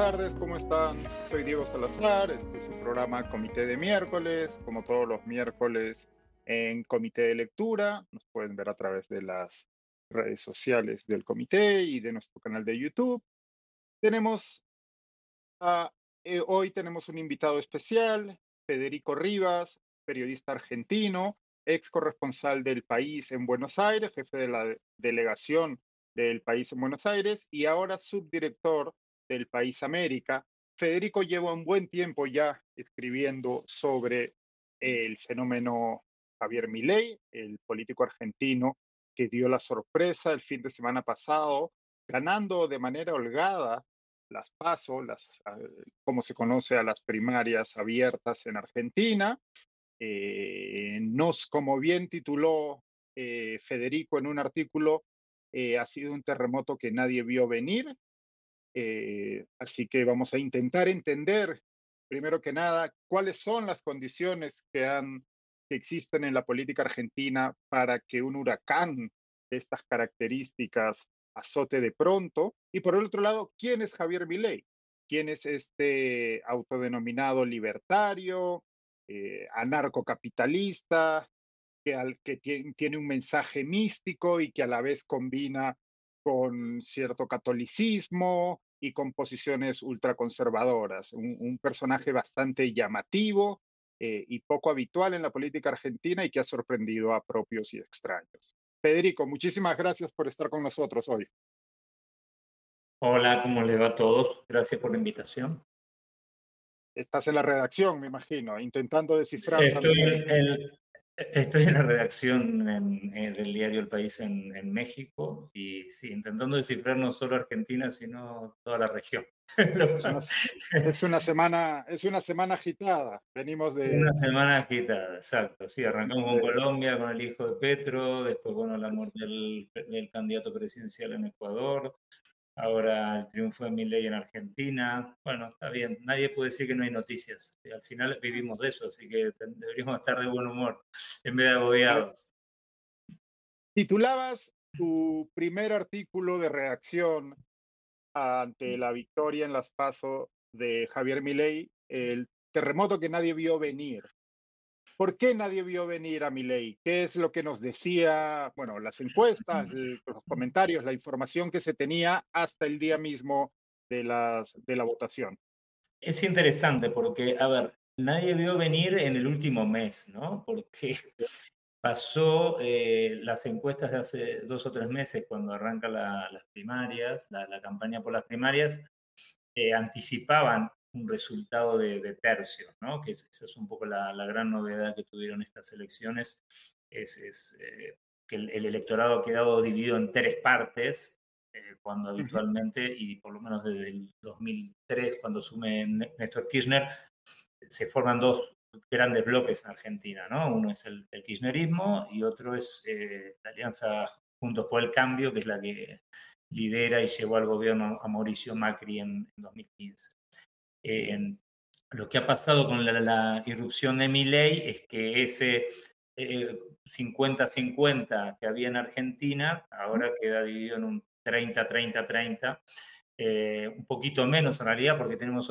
tardes, ¿cómo están? Soy Diego Salazar, este es su programa Comité de Miércoles, como todos los miércoles en Comité de Lectura. Nos pueden ver a través de las redes sociales del comité y de nuestro canal de YouTube. Tenemos a, hoy tenemos un invitado especial, Federico Rivas, periodista argentino, ex corresponsal del País en Buenos Aires, jefe de la delegación del País en Buenos Aires y ahora subdirector del País América. Federico lleva un buen tiempo ya escribiendo sobre el fenómeno Javier Milei, el político argentino que dio la sorpresa el fin de semana pasado, ganando de manera holgada las PASO, como se conoce a las primarias abiertas en Argentina. Como bien tituló Federico en un artículo, ha sido un terremoto que nadie vio venir. Así que vamos a intentar entender, primero que nada, cuáles son las condiciones que existen en la política argentina para que un huracán de estas características azote de pronto. Y por el otro lado, ¿quién es Javier Milei? ¿Quién es este autodenominado libertario, anarcocapitalista, que tiene un mensaje místico y que a la vez combina con cierto catolicismo y con posiciones ultraconservadoras? Un personaje bastante llamativo y poco habitual en la política argentina y que ha sorprendido a propios y extraños. Federico, muchísimas gracias por estar con nosotros hoy. Hola, ¿cómo le va a todos? Gracias por la invitación. Estás en la redacción, me imagino, intentando descifrar Estoy también. estoy en la redacción del diario El País en México y sí, intentando descifrar no solo Argentina, sino toda la región. Lo Es una, cual- es una semana agitada. Venimos Una semana agitada, exacto. Sí, arrancamos con de Colombia, con el hijo de Petro, después, bueno, la muerte del candidato presidencial en Ecuador. Ahora el triunfo de Milei en Argentina. Bueno, está bien. Nadie puede decir que no hay noticias. Al final vivimos de eso, así que deberíamos estar de buen humor en vez de eh, agobiados. Titulabas tu primer artículo de reacción ante la victoria en las PASO de Javier Milei, el terremoto que nadie vio venir. ¿Por qué nadie vio venir a Milei? ¿Qué es lo que nos decía, bueno, las encuestas, los comentarios, la información que se tenía hasta el día mismo de la votación? Es interesante porque, a ver, nadie vio venir en el último mes, ¿no? Porque pasó las encuestas de hace 2 o 3 meses, cuando arrancan las primarias, la campaña por las primarias, anticipaban un resultado de tercio, ¿no? Esa es un poco la gran novedad que tuvieron estas elecciones, que el electorado ha quedado dividido en tres partes, cuando Ujú. habitualmente, y por lo menos desde el 2003, cuando asume Néstor Kirchner, se forman dos grandes bloques en Argentina, ¿no? Uno es el kirchnerismo y otro es la Alianza Juntos por el Cambio, que es la que lidera y llevó al gobierno a Mauricio Macri en 2015. Eh, lo que ha pasado con la irrupción de Milei es que ese 50-50 que había en Argentina ahora queda dividido en un 30-30-30, un poquito menos en realidad, porque tenemos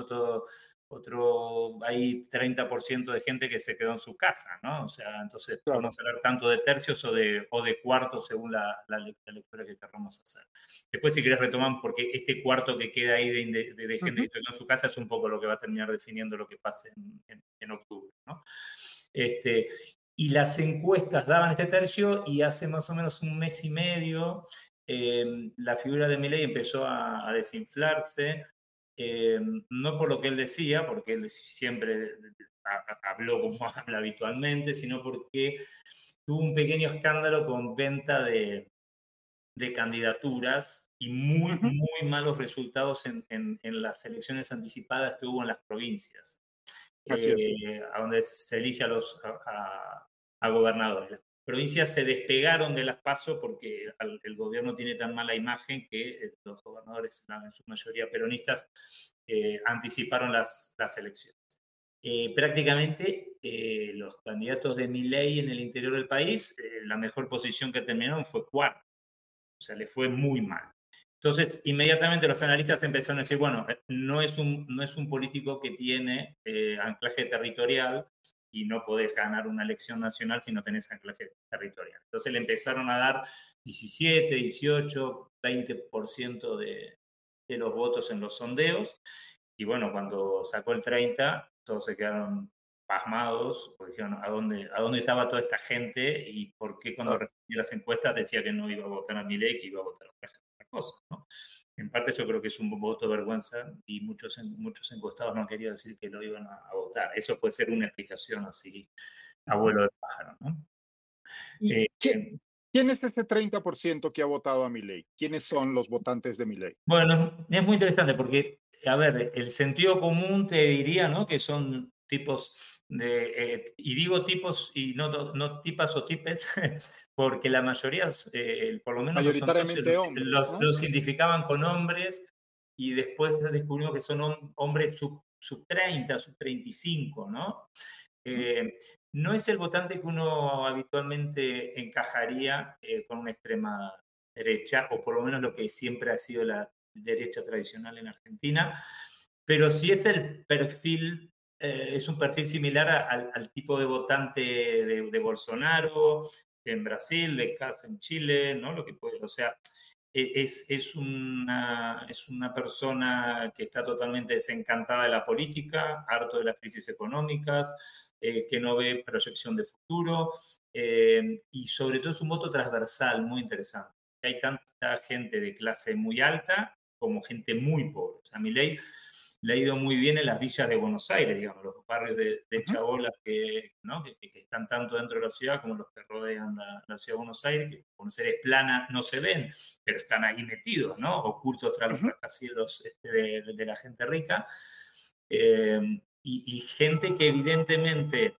hay 30% de gente que se quedó en su casa, ¿no? O sea, entonces Claro. podemos hablar tanto de tercios o de cuartos según la lectura que queramos hacer. Después, si querés, retoman, porque este cuarto que queda ahí de gente Ujú. que se quedó en su casa es un poco lo que va a terminar definiendo lo que pase en octubre, ¿no? Este, y las encuestas daban este tercio y hace más o menos un mes y medio la figura de Milei empezó a desinflarse, no por lo que él decía, porque él siempre habló como habla habitualmente, sino porque tuvo un pequeño escándalo con venta de candidaturas y muy, Ujú. muy malos resultados en las elecciones anticipadas que hubo en las provincias, Así es. a donde se elige a gobernadores. Las provincias se despegaron de las PASO porque el gobierno tiene tan mala imagen que los gobernadores, en su mayoría peronistas, anticiparon las elecciones. Prácticamente los candidatos de Milei en el interior del país, la mejor posición que terminaron fue cuarto, o sea, le fue muy mal. Entonces, inmediatamente los analistas empezaron a decir, bueno, no es un político que tiene anclaje territorial y no podés ganar una elección nacional si no tenés anclaje territorial. Entonces le empezaron a dar 17, 18, 20% de los votos en los sondeos. Y bueno, cuando sacó el 30, todos se quedaron pasmados, porque dijeron, ¿a dónde estaba toda esta gente? Y por qué cuando Claro. respondía las encuestas decía que no iba a votar a Milei, que iba a votar a otra cosa, ¿no? En parte yo creo que es un voto de vergüenza y muchos encuestados no querían decir que lo iban a votar. Eso puede ser una explicación así, abuelo de pájaro, ¿no? ¿Y Eh, quién es ese 30% que ha votado a Milei? ¿Quiénes son los votantes de Milei? Bueno, es muy interesante porque, a ver, el sentido común te diría, ¿no? Que son tipos y digo tipos y no tipas o tipes, porque la mayoría, por lo menos los sondeos, Mayoritariamente hombres, ¿no? los identificaban con hombres y después descubrimos que son hombres sub 30, sub 35, ¿no? Ujú, Eh, no es el votante que uno habitualmente encajaría con una extrema derecha, o por lo menos lo que siempre ha sido la derecha tradicional en Argentina, pero sí es el perfil, es un perfil similar al tipo de votante de Bolsonaro en Brasil, de Kass en Chile, ¿no? Lo que puede, o sea, es una persona que está totalmente desencantada de la política, harto de las crisis económicas, que no ve proyección de futuro, y sobre todo es un voto transversal muy interesante. Hay tanta gente de clase muy alta como gente muy pobre. O sea, Milei le ha ido muy bien en las villas de Buenos Aires, digamos, los barrios de ujú, chabolas ¿no? que están tanto dentro de la ciudad como los que rodean la ciudad de Buenos Aires, que Buenos Aires plana no se ven, pero están ahí metidos, ¿no? Ocultos tras los ujú, rascacielos de la gente rica. Y gente que evidentemente,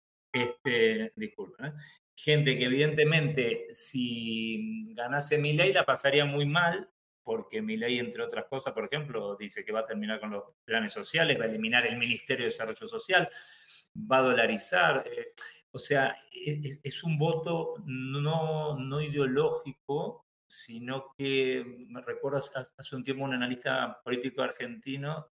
disculpa, gente que evidentemente si ganase Milei la pasaría muy mal, porque Milei, entre otras cosas, por ejemplo, dice que va a terminar con los planes sociales, va a eliminar el Ministerio de Desarrollo Social, va a dolarizar. O sea, es un voto no ideológico, sino que me recuerdo hace un tiempo un analista político argentino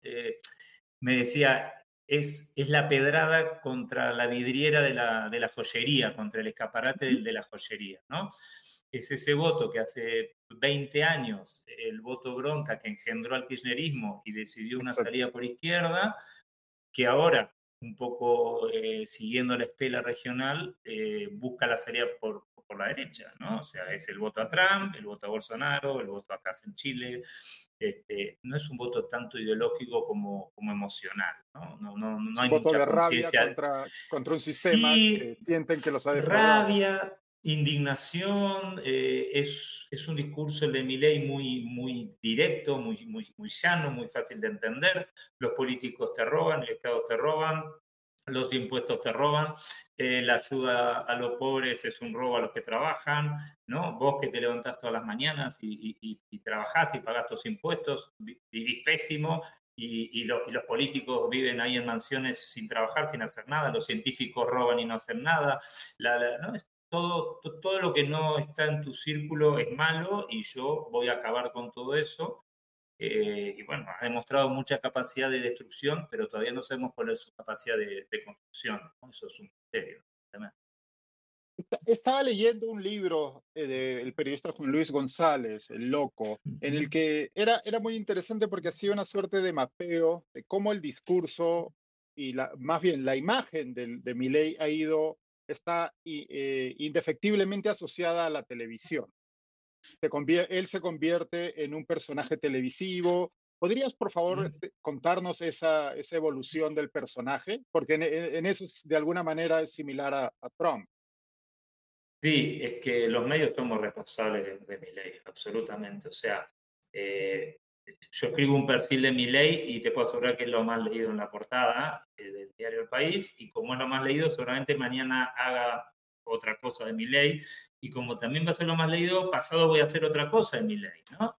me decía, es la pedrada contra la vidriera de la joyería, contra el escaparate ujú. de la joyería, ¿no? Es ese voto que hace 20 años, el voto bronca que engendró al kirchnerismo y decidió una Exacto. salida por izquierda, que ahora, un poco siguiendo la estela regional, busca la salida por la derecha, ¿no? O sea, es el voto a Trump, el voto a Bolsonaro, el voto a Kast en Chile. No es un voto tanto ideológico como emocional, ¿no? No Es un hay voto mucha de rabia conciencia. contra un sistema que Sí, sienten que los ha defraudado. rabia, indignación, es un discurso el de Milei muy directo, muy llano, muy fácil de entender. Los políticos te roban, el Estado te roban, los impuestos te roban, la ayuda a los pobres es un robo a los que trabajan, ¿no? Vos que te levantás todas las mañanas y trabajás y pagás tus impuestos, vivís pésimo, y los políticos viven ahí en mansiones sin trabajar, sin hacer nada, los científicos roban y no hacen nada, ¿no? Todo lo que no está en tu círculo es malo y yo voy a acabar con todo eso. Y bueno, ha demostrado mucha capacidad de destrucción, pero todavía no sabemos cuál es su capacidad de construcción, ¿no? Eso es un misterio también. Estaba leyendo un libro del periodista Juan Luis González, El Loco, en el que era muy interesante porque hacía una suerte de mapeo de cómo el discurso y más bien la imagen de Milei está indefectiblemente asociada a la televisión. Él se convierte en un personaje televisivo. ¿Podrías, por favor, contarnos esa evolución del personaje? Porque en eso, de alguna manera, es similar a Trump. Sí, es que los medios somos responsables de mi ley, absolutamente. O sea, eh, yo escribo un perfil de mi ley y te puedo asegurar que es lo más leído en la portada del diario El País, y como es lo más leído, seguramente mañana haga otra cosa de mi ley, y como también va a ser lo más leído, pasado voy a hacer otra cosa de mi ley, ¿no?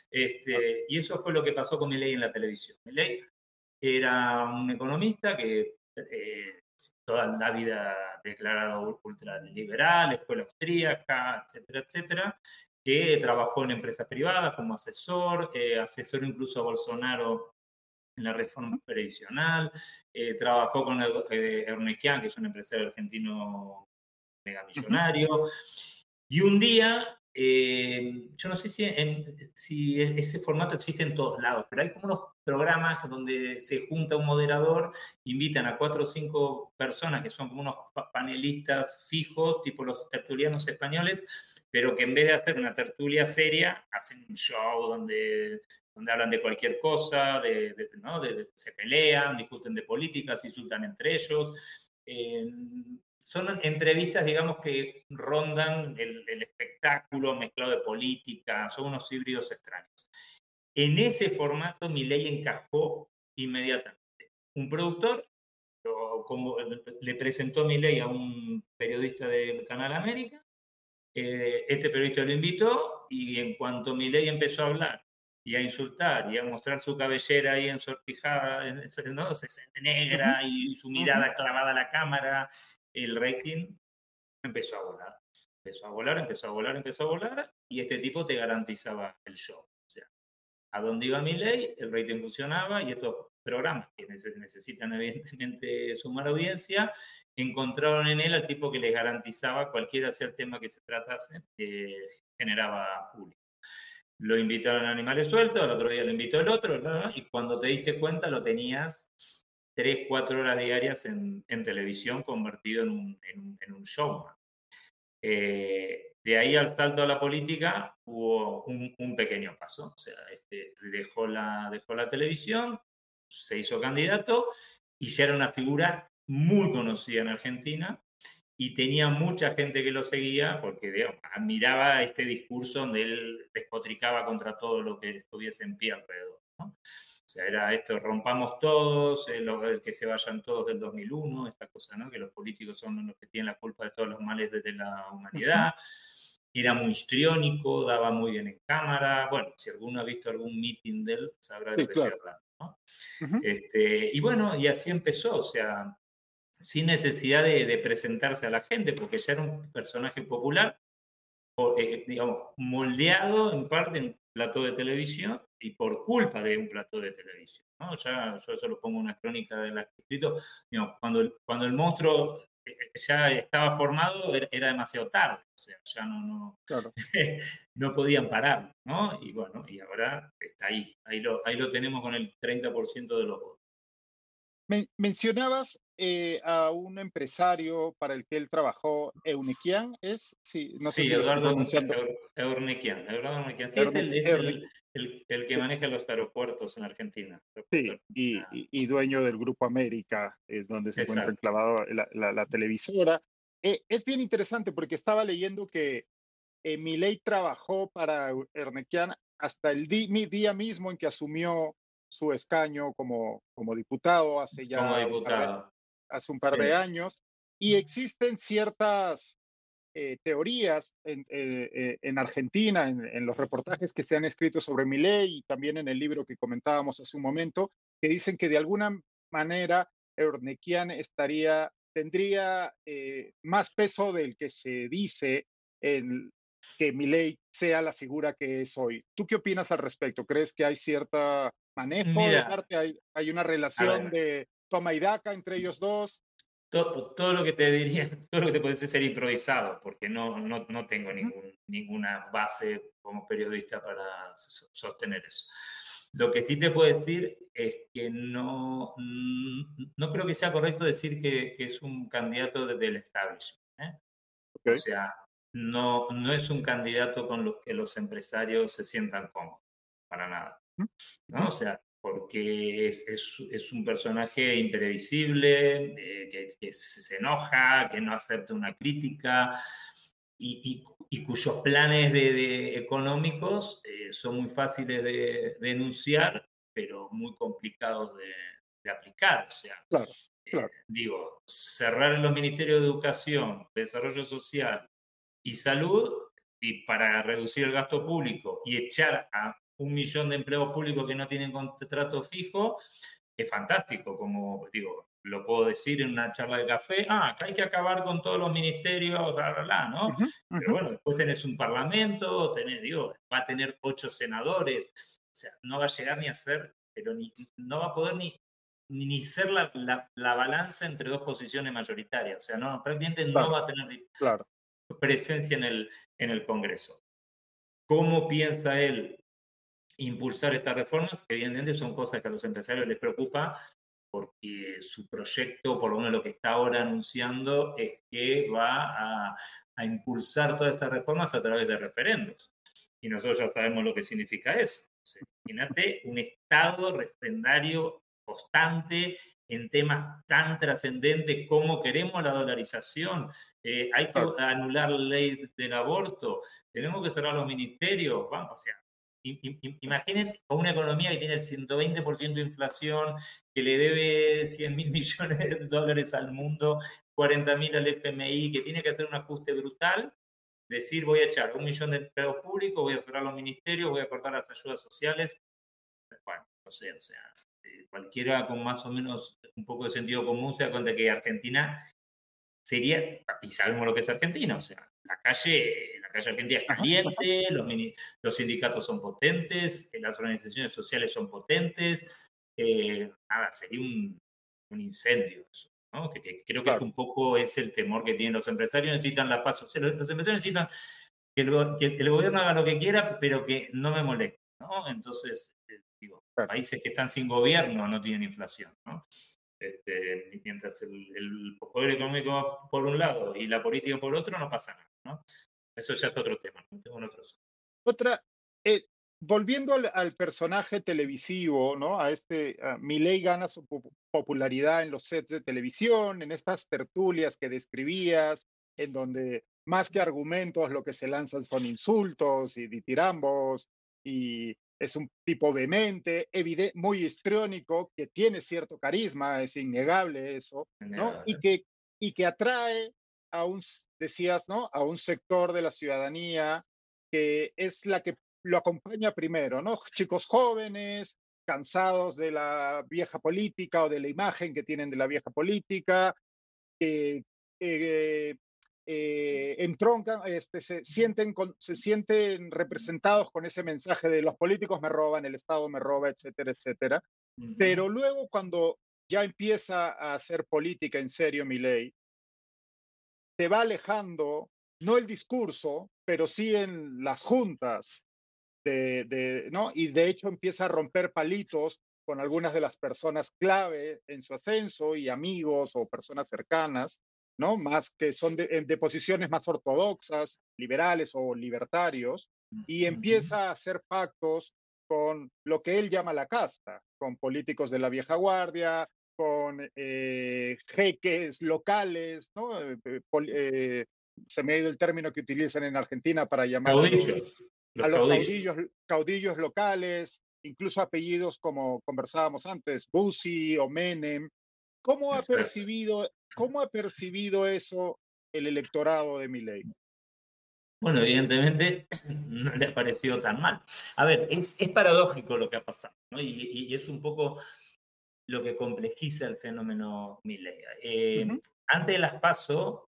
Y eso fue lo que pasó con mi ley en la televisión. Mi ley era un economista que toda la vida declarado ultraliberal, escuela austríaca, etcétera, etcétera. que trabajó en empresas privadas como asesor, asesoró incluso a Bolsonaro en la reforma previsional, trabajó con Eurnequian, que es un empresario argentino Ujú. megamillonario, y un día, yo no sé si ese formato existe en todos lados, pero hay como unos programas donde se junta un moderador, invitan a 4 o 5 personas que son como unos panelistas fijos, tipo los tertulianos españoles, pero que en vez de hacer una tertulia seria, hacen un show donde hablan de cualquier cosa, ¿no? Se pelean, discuten de política, se insultan entre ellos. Eh, Son entrevistas, digamos, que rondan el espectáculo mezclado de política, son unos híbridos extraños. En ese formato Milei encajó inmediatamente. Un productor como, le presentó a Milei a un periodista del Canal América, este periodista lo invitó y en cuanto Milei empezó a hablar y a insultar y a mostrar su cabellera ahí ensortijada, ¿no? Ujú. Negra y su Ujú. mirada clavada a la cámara, el rating empezó a volar. Empezó a volar, empezó a volar, empezó a volar y este tipo te garantizaba el show. O sea, a dónde iba Milei, el rating funcionaba y estos programas que necesitan evidentemente sumar audiencia, encontraron en él al tipo que les garantizaba cualquiera sea el tema que se tratase, generaba público. Lo invitaron a Animales Sueltos, al otro día lo invitó el otro, ¿no? Y cuando te diste cuenta lo tenías 3, 4 horas diarias en televisión convertido en un showman. De ahí al salto a la política hubo un pequeño paso. O sea, dejó la televisión, se hizo candidato y ya era una figura muy conocida en Argentina y tenía mucha gente que lo seguía porque digamos, admiraba este discurso donde él despotricaba contra todo lo que estuviese en pie alrededor, ¿no? O sea, era esto, rompamos todos, el que se vayan todos del 2001, esta cosa, ¿no? Que los políticos son los que tienen la culpa de todos los males de la Ujú. humanidad. Era muy histriónico, daba muy bien en cámara. Bueno, si alguno ha visto algún meeting de él, sabrá de lo Sí, que estoy claro. hablando, ¿no? Ujú. Y bueno, y así empezó, o sea, sin necesidad de presentarse a la gente, porque ya era un personaje popular, digamos, moldeado en parte en un plató de televisión y por culpa de un plató de televisión, ¿no? Ya, yo eso lo pongo en una crónica de la que he escrito, digamos, cuando el monstruo ya estaba formado, era demasiado tarde, o sea, ya Claro. no podían parar, ¿no? Y bueno, y ahora está ahí lo tenemos con el 30% de los votos. Mencionabas a un empresario para el que él trabajó, Euneikian, ¿es? Sí, no sé Sí, si lo estoy pronunciando. Eurnequian. Eduardo Eurnequian. Sí, es Eurnekian. el que maneja los aeropuertos en Argentina. Sí, y dueño del Grupo América, donde se encuentra Exacto. enclavado la televisora. Es bien interesante porque estaba leyendo que Milei trabajó para Ernequian hasta mi día mismo en que asumió su escaño como diputado Como diputado. hace un par de Sí. años, y existen ciertas teorías en Argentina, en los reportajes que se han escrito sobre Milei y también en el libro que comentábamos hace un momento, que dicen que de alguna manera Eurnequian tendría más peso del que se dice en que Milei sea la figura que es hoy. ¿Tú qué opinas al respecto? ¿Crees que hay cierto manejo de Mira, parte? ¿Hay una a relación ver, de toma y daca entre ellos dos? todo lo que te diría, todo lo que te puede decir sería improvisado, porque no tengo Ujú. ninguna base como periodista para sostener eso. Lo que sí te puedo decir es que no creo que sea correcto decir que es un candidato del establishment, ¿eh? O Ok. sea, no es un candidato con los que los empresarios se sientan cómodos, para nada, Ujú. ¿no? Ujú. O sea, porque es un personaje imprevisible, que se enoja, que no acepta una crítica y cuyos planes económicos son muy fáciles de enunciar, pero muy complicados de aplicar. O sea, Claro, claro. digo, cerrar los ministerios de Educación, Desarrollo Social y Salud y para reducir el gasto público y echar a 1 millón de empleados públicos que no tienen contrato fijo, es fantástico, como digo, lo puedo decir en una charla de café, acá hay que acabar con todos los ministerios, bla, bla, bla, ¿no? Ujú, Pero ujú, bueno, después tenés un parlamento, digo, va a tener 8 senadores, o sea, no va a llegar ni a ser, pero no va a poder ni ser la balanza entre dos posiciones mayoritarias, o sea, no, prácticamente no claro, va a tener claro, presencia en el Congreso. ¿Cómo piensa él impulsar estas reformas? Evidentemente son cosas que a los empresarios les preocupa porque su proyecto, por lo menos lo que está ahora anunciando, es que va a impulsar todas esas reformas a través de referendos. Y nosotros ya sabemos lo que significa eso. O sea, imagínate un Estado referendario constante en temas tan trascendentes como queremos la dolarización, hay que claro, anular la ley del aborto, tenemos que cerrar los ministerios, vamos, o sea, imagínate una economía que tiene el 120% de inflación, que le debe 100.000 millones de dólares al mundo, 40.000 al FMI, que tiene que hacer un ajuste brutal, decir voy a echar 1 millón de empleados públicos, voy a cerrar los ministerios, voy a cortar las ayudas sociales. Bueno, no sé, o sea, cualquiera con más o menos un poco de sentido común se da cuenta que Argentina sería, y sabemos lo que es Argentina, o sea, la calle argentina es ajá, ajá, caliente, los sindicatos son potentes, las organizaciones sociales son potentes, nada, sería un incendio eso, ¿no? Que creo que es claro, un poco es el temor que tienen los empresarios, necesitan la paz social, los empresarios necesitan que el gobierno haga lo que quiera, pero que no me moleste, ¿no? Entonces, digo, claro. países que están sin gobierno no tienen inflación, ¿no? Mientras el poder económico va por un lado y la política por otro, no pasa nada, ¿no? Eso ya es otro tema, ¿no? Tengo otros. Otra, eh, volviendo al personaje televisivo, ¿no? Milei gana su popularidad en los sets de televisión, en estas tertulias que describías, en donde más que argumentos lo que se lanzan son insultos y ditirambos, y es un tipo vehemente, muy histriónico, que tiene cierto carisma, es innegable eso, ¿no? Y que atrae decías, ¿no? A un sector de la ciudadanía que es la que lo acompaña primero, ¿no? Chicos jóvenes, cansados de la vieja política o de la imagen que tienen de la vieja política, que eh, entroncan, se sienten representados con ese mensaje de los políticos me roban, el Estado me roba, etcétera, etcétera. Ujú. Pero luego cuando ya empieza a hacer política en serio Milei, se va alejando, no el discurso, pero sí en las juntas, ¿no? Y de hecho empieza a romper palitos con algunas de las personas clave en su ascenso y amigos o personas cercanas, ¿no? Más que son de posiciones más ortodoxas, liberales o libertarios, y Ujú. empieza a hacer pactos con lo que él llama la casta, con políticos de la vieja guardia, con jeques locales, ¿no? Se me ha ido el término que utilizan en Argentina para llamar Caudillos, a los los caudillos. caudillos locales, incluso apellidos como conversábamos antes, Bussi o Menem. Exacto. Cómo ha percibido eso el electorado de Milei? Bueno, evidentemente no le ha parecido tan mal. A ver, es paradójico lo que ha pasado, ¿no? Y es un poco lo que complejiza el fenómeno Milei. Ujú, Antes de las PASO,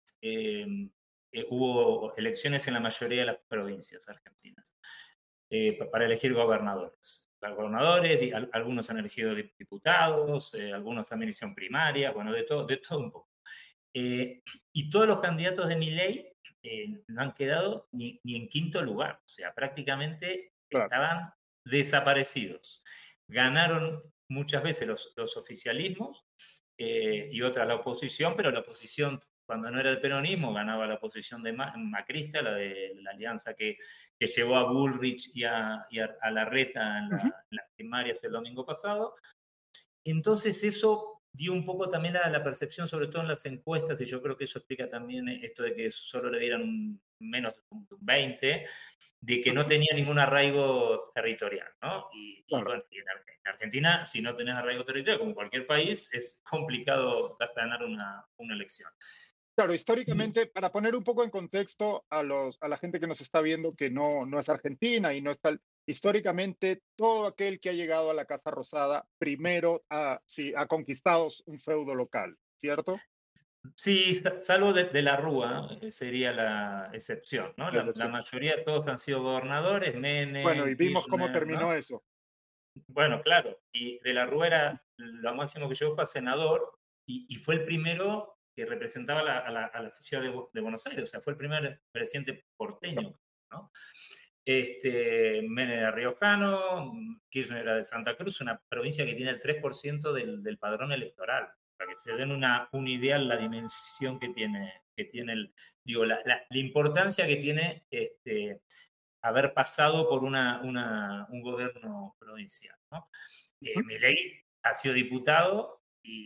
hubo elecciones en la mayoría de las provincias argentinas para elegir gobernadores. Los gobernadores, algunos han elegido diputados, algunos también hicieron primaria, bueno, de todo un poco. Eh, y todos los candidatos de Milei no han quedado ni en quinto lugar, o sea, prácticamente claro, estaban desaparecidos. Ganaron muchas veces los oficialismos y otras la oposición, pero la oposición, cuando no era el peronismo, ganaba la oposición de Macrista, la de la alianza que llevó a Bullrich a Larreta ujú, en las primarias el domingo pasado. Entonces eso dio un poco también a la percepción, sobre todo en las encuestas, y yo creo que eso explica también esto de que solo le dieran menos de un 20, de que no ujú, tenía ningún arraigo territorial, ¿no? Y claro. bueno, en Argentina, si no tenés arraigo territorial, como cualquier país, es complicado ganar una elección. Claro, Y, históricamente, para poner un poco en contexto a la gente que nos está viendo que no es argentina y no está. históricamente todo aquel que ha llegado a la Casa Rosada primero sí, ha conquistado un feudo local, ¿cierto? Sí, salvo de la Rúa, sería la excepción, ¿no? La La excepción. mayoría, todos han sido gobernadores, Bueno, y Menem, vimos cómo Kirchner, terminó ¿no? eso. Bueno, claro, y de la Rúa era, lo máximo que llegó fue a senador, y fue el primero que representaba a la ciudad de Buenos Aires, o sea, fue el primer presidente porteño, ¿no? Menem era riojano, Kirchner era de Santa Cruz, una provincia que tiene el 3% del padrón electoral, para que se den una idea de la dimensión que tiene digo, la importancia que tiene haber pasado por un gobierno provincial, ¿no? Ujú. Milei ha sido diputado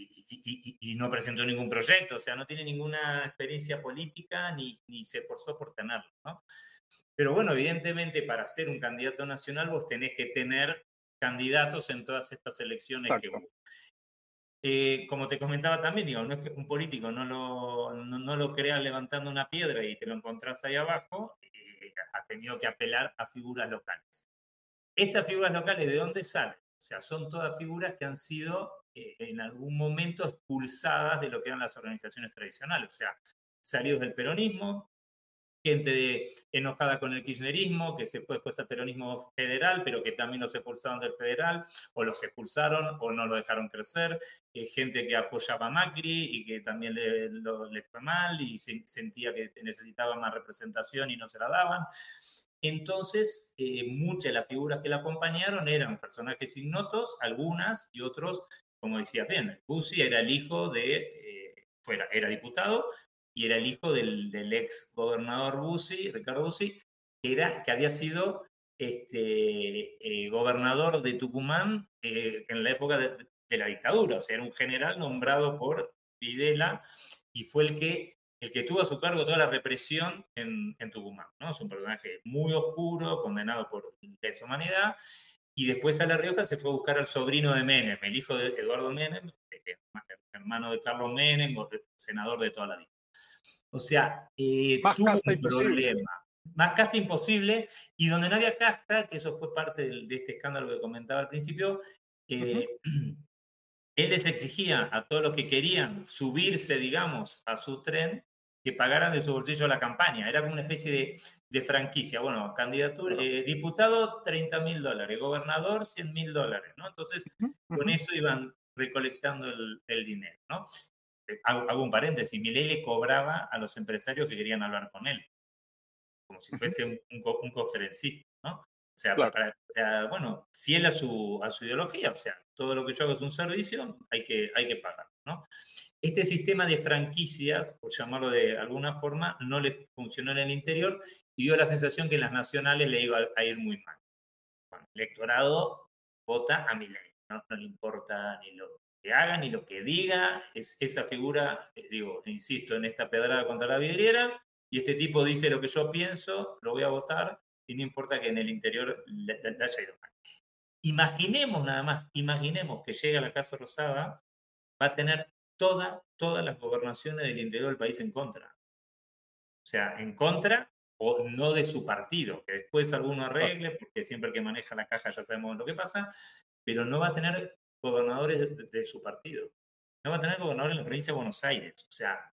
y no presentó ningún proyecto, o sea, no tiene ninguna experiencia política ni se esforzó por tenerlo, ¿no? Pero bueno, evidentemente para ser un candidato nacional vos tenés que tener candidatos en todas estas elecciones que Exacto. hubo. Como te comentaba también, digo, no es que un político no lo crea levantando una piedra y te lo encontrás ahí abajo, ha tenido que apelar a figuras locales. Estas figuras locales, ¿de dónde salen? O sea, son todas figuras que han sido en algún momento expulsadas de lo que eran las organizaciones tradicionales, o sea, salidos del peronismo, enojada con el kirchnerismo, que se fue después al peronismo federal, pero que también los expulsaron del federal, o los expulsaron o no lo dejaron crecer, gente que apoyaba a Macri y que también le fue mal y sentía que necesitaba más representación y no se la daban. Entonces, muchas de las figuras que la acompañaron eran personajes ignotos, algunas y otros, como decías bien, Bussi era el hijo era diputado, y era el hijo del ex gobernador Bussi, Ricardo Bussi, que había sido gobernador de Tucumán en la época de la dictadura, o sea, era un general nombrado por Videla y fue el que tuvo a su cargo toda la represión en Tucumán, ¿no? Es un personaje muy oscuro, condenado por lesa humanidad, y después a La Rioja se fue a buscar al sobrino de Menem, el hijo de Eduardo Menem, hermano de Carlos Menem, senador de toda la vida. O sea, Más tuvo casta un imposible. problema. Más casta imposible, y donde no había casta, que eso fue parte de este escándalo que comentaba al principio, Ujú. eh, él les exigía a todos los que querían subirse, digamos, a su tren, que pagaran de su bolsillo la campaña. Era como una especie de franquicia. Bueno, candidatura, Claro. diputado, $30.000, gobernador, $100.000, ¿no? Entonces, Ujú, con ujú. eso iban recolectando el dinero, ¿no? Hago un paréntesis, Milei le cobraba a los empresarios que querían hablar con él, como si Ujú. fuese un conferencista, ¿no? O sea, Claro. o sea, bueno, fiel a su ideología, o sea, todo lo que yo hago es un servicio, hay que pagar, ¿no? Este sistema de franquicias, por llamarlo de alguna forma, no le funcionó en el interior y dio la sensación que en las nacionales le iba a ir muy mal. Bueno, el electorado vota a Milei, no le importa ni lo que haga ni lo que diga, es esa figura, digo, insisto, en esta pedrada contra la vidriera, y este tipo dice lo que yo pienso, lo voy a votar, y no importa que en el interior le haya ido mal. Imaginemos nada más, imaginemos que llega a la Casa Rosada, va a tener todas las gobernaciones del interior del país en contra. O sea, en contra o no de su partido, que después alguno Claro. arregle, porque siempre que maneja la caja ya sabemos lo que pasa, pero no va a tener gobernadores de su partido. No va a tener gobernadores en la provincia de Buenos Aires. O sea,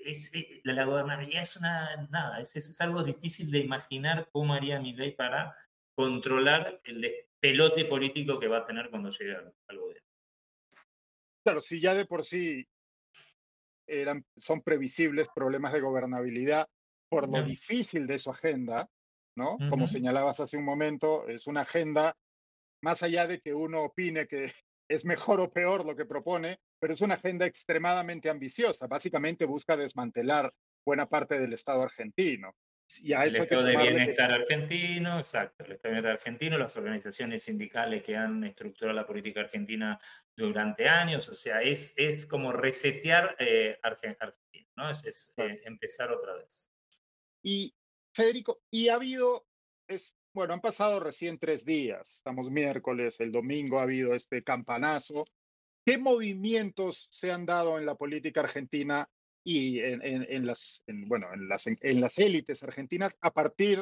la gobernabilidad es nada, es algo difícil de imaginar cómo haría Milei para controlar el despelote político que va a tener cuando llegue al gobierno. Claro, si ya de por sí son previsibles problemas de gobernabilidad por lo ¿No? difícil de su agenda, ¿no? Como Ujú. señalabas hace un momento, es una agenda, más allá de que uno opine que es mejor o peor lo que propone, pero es una agenda extremadamente ambiciosa. Básicamente busca desmantelar buena parte del Estado argentino. Y a El eso hay que estado de sumarle que, bienestar argentino, exacto, el estado de bienestar argentino, las organizaciones sindicales que han estructurado la política argentina durante años, o sea, es como resetear Argentina, ¿no? Empezar otra vez. y Federico, y ha habido, bueno, han pasado recién 3 días, estamos miércoles, el domingo ha habido este campanazo. ¿Qué movimientos se han dado en la política argentina y en las élites argentinas a partir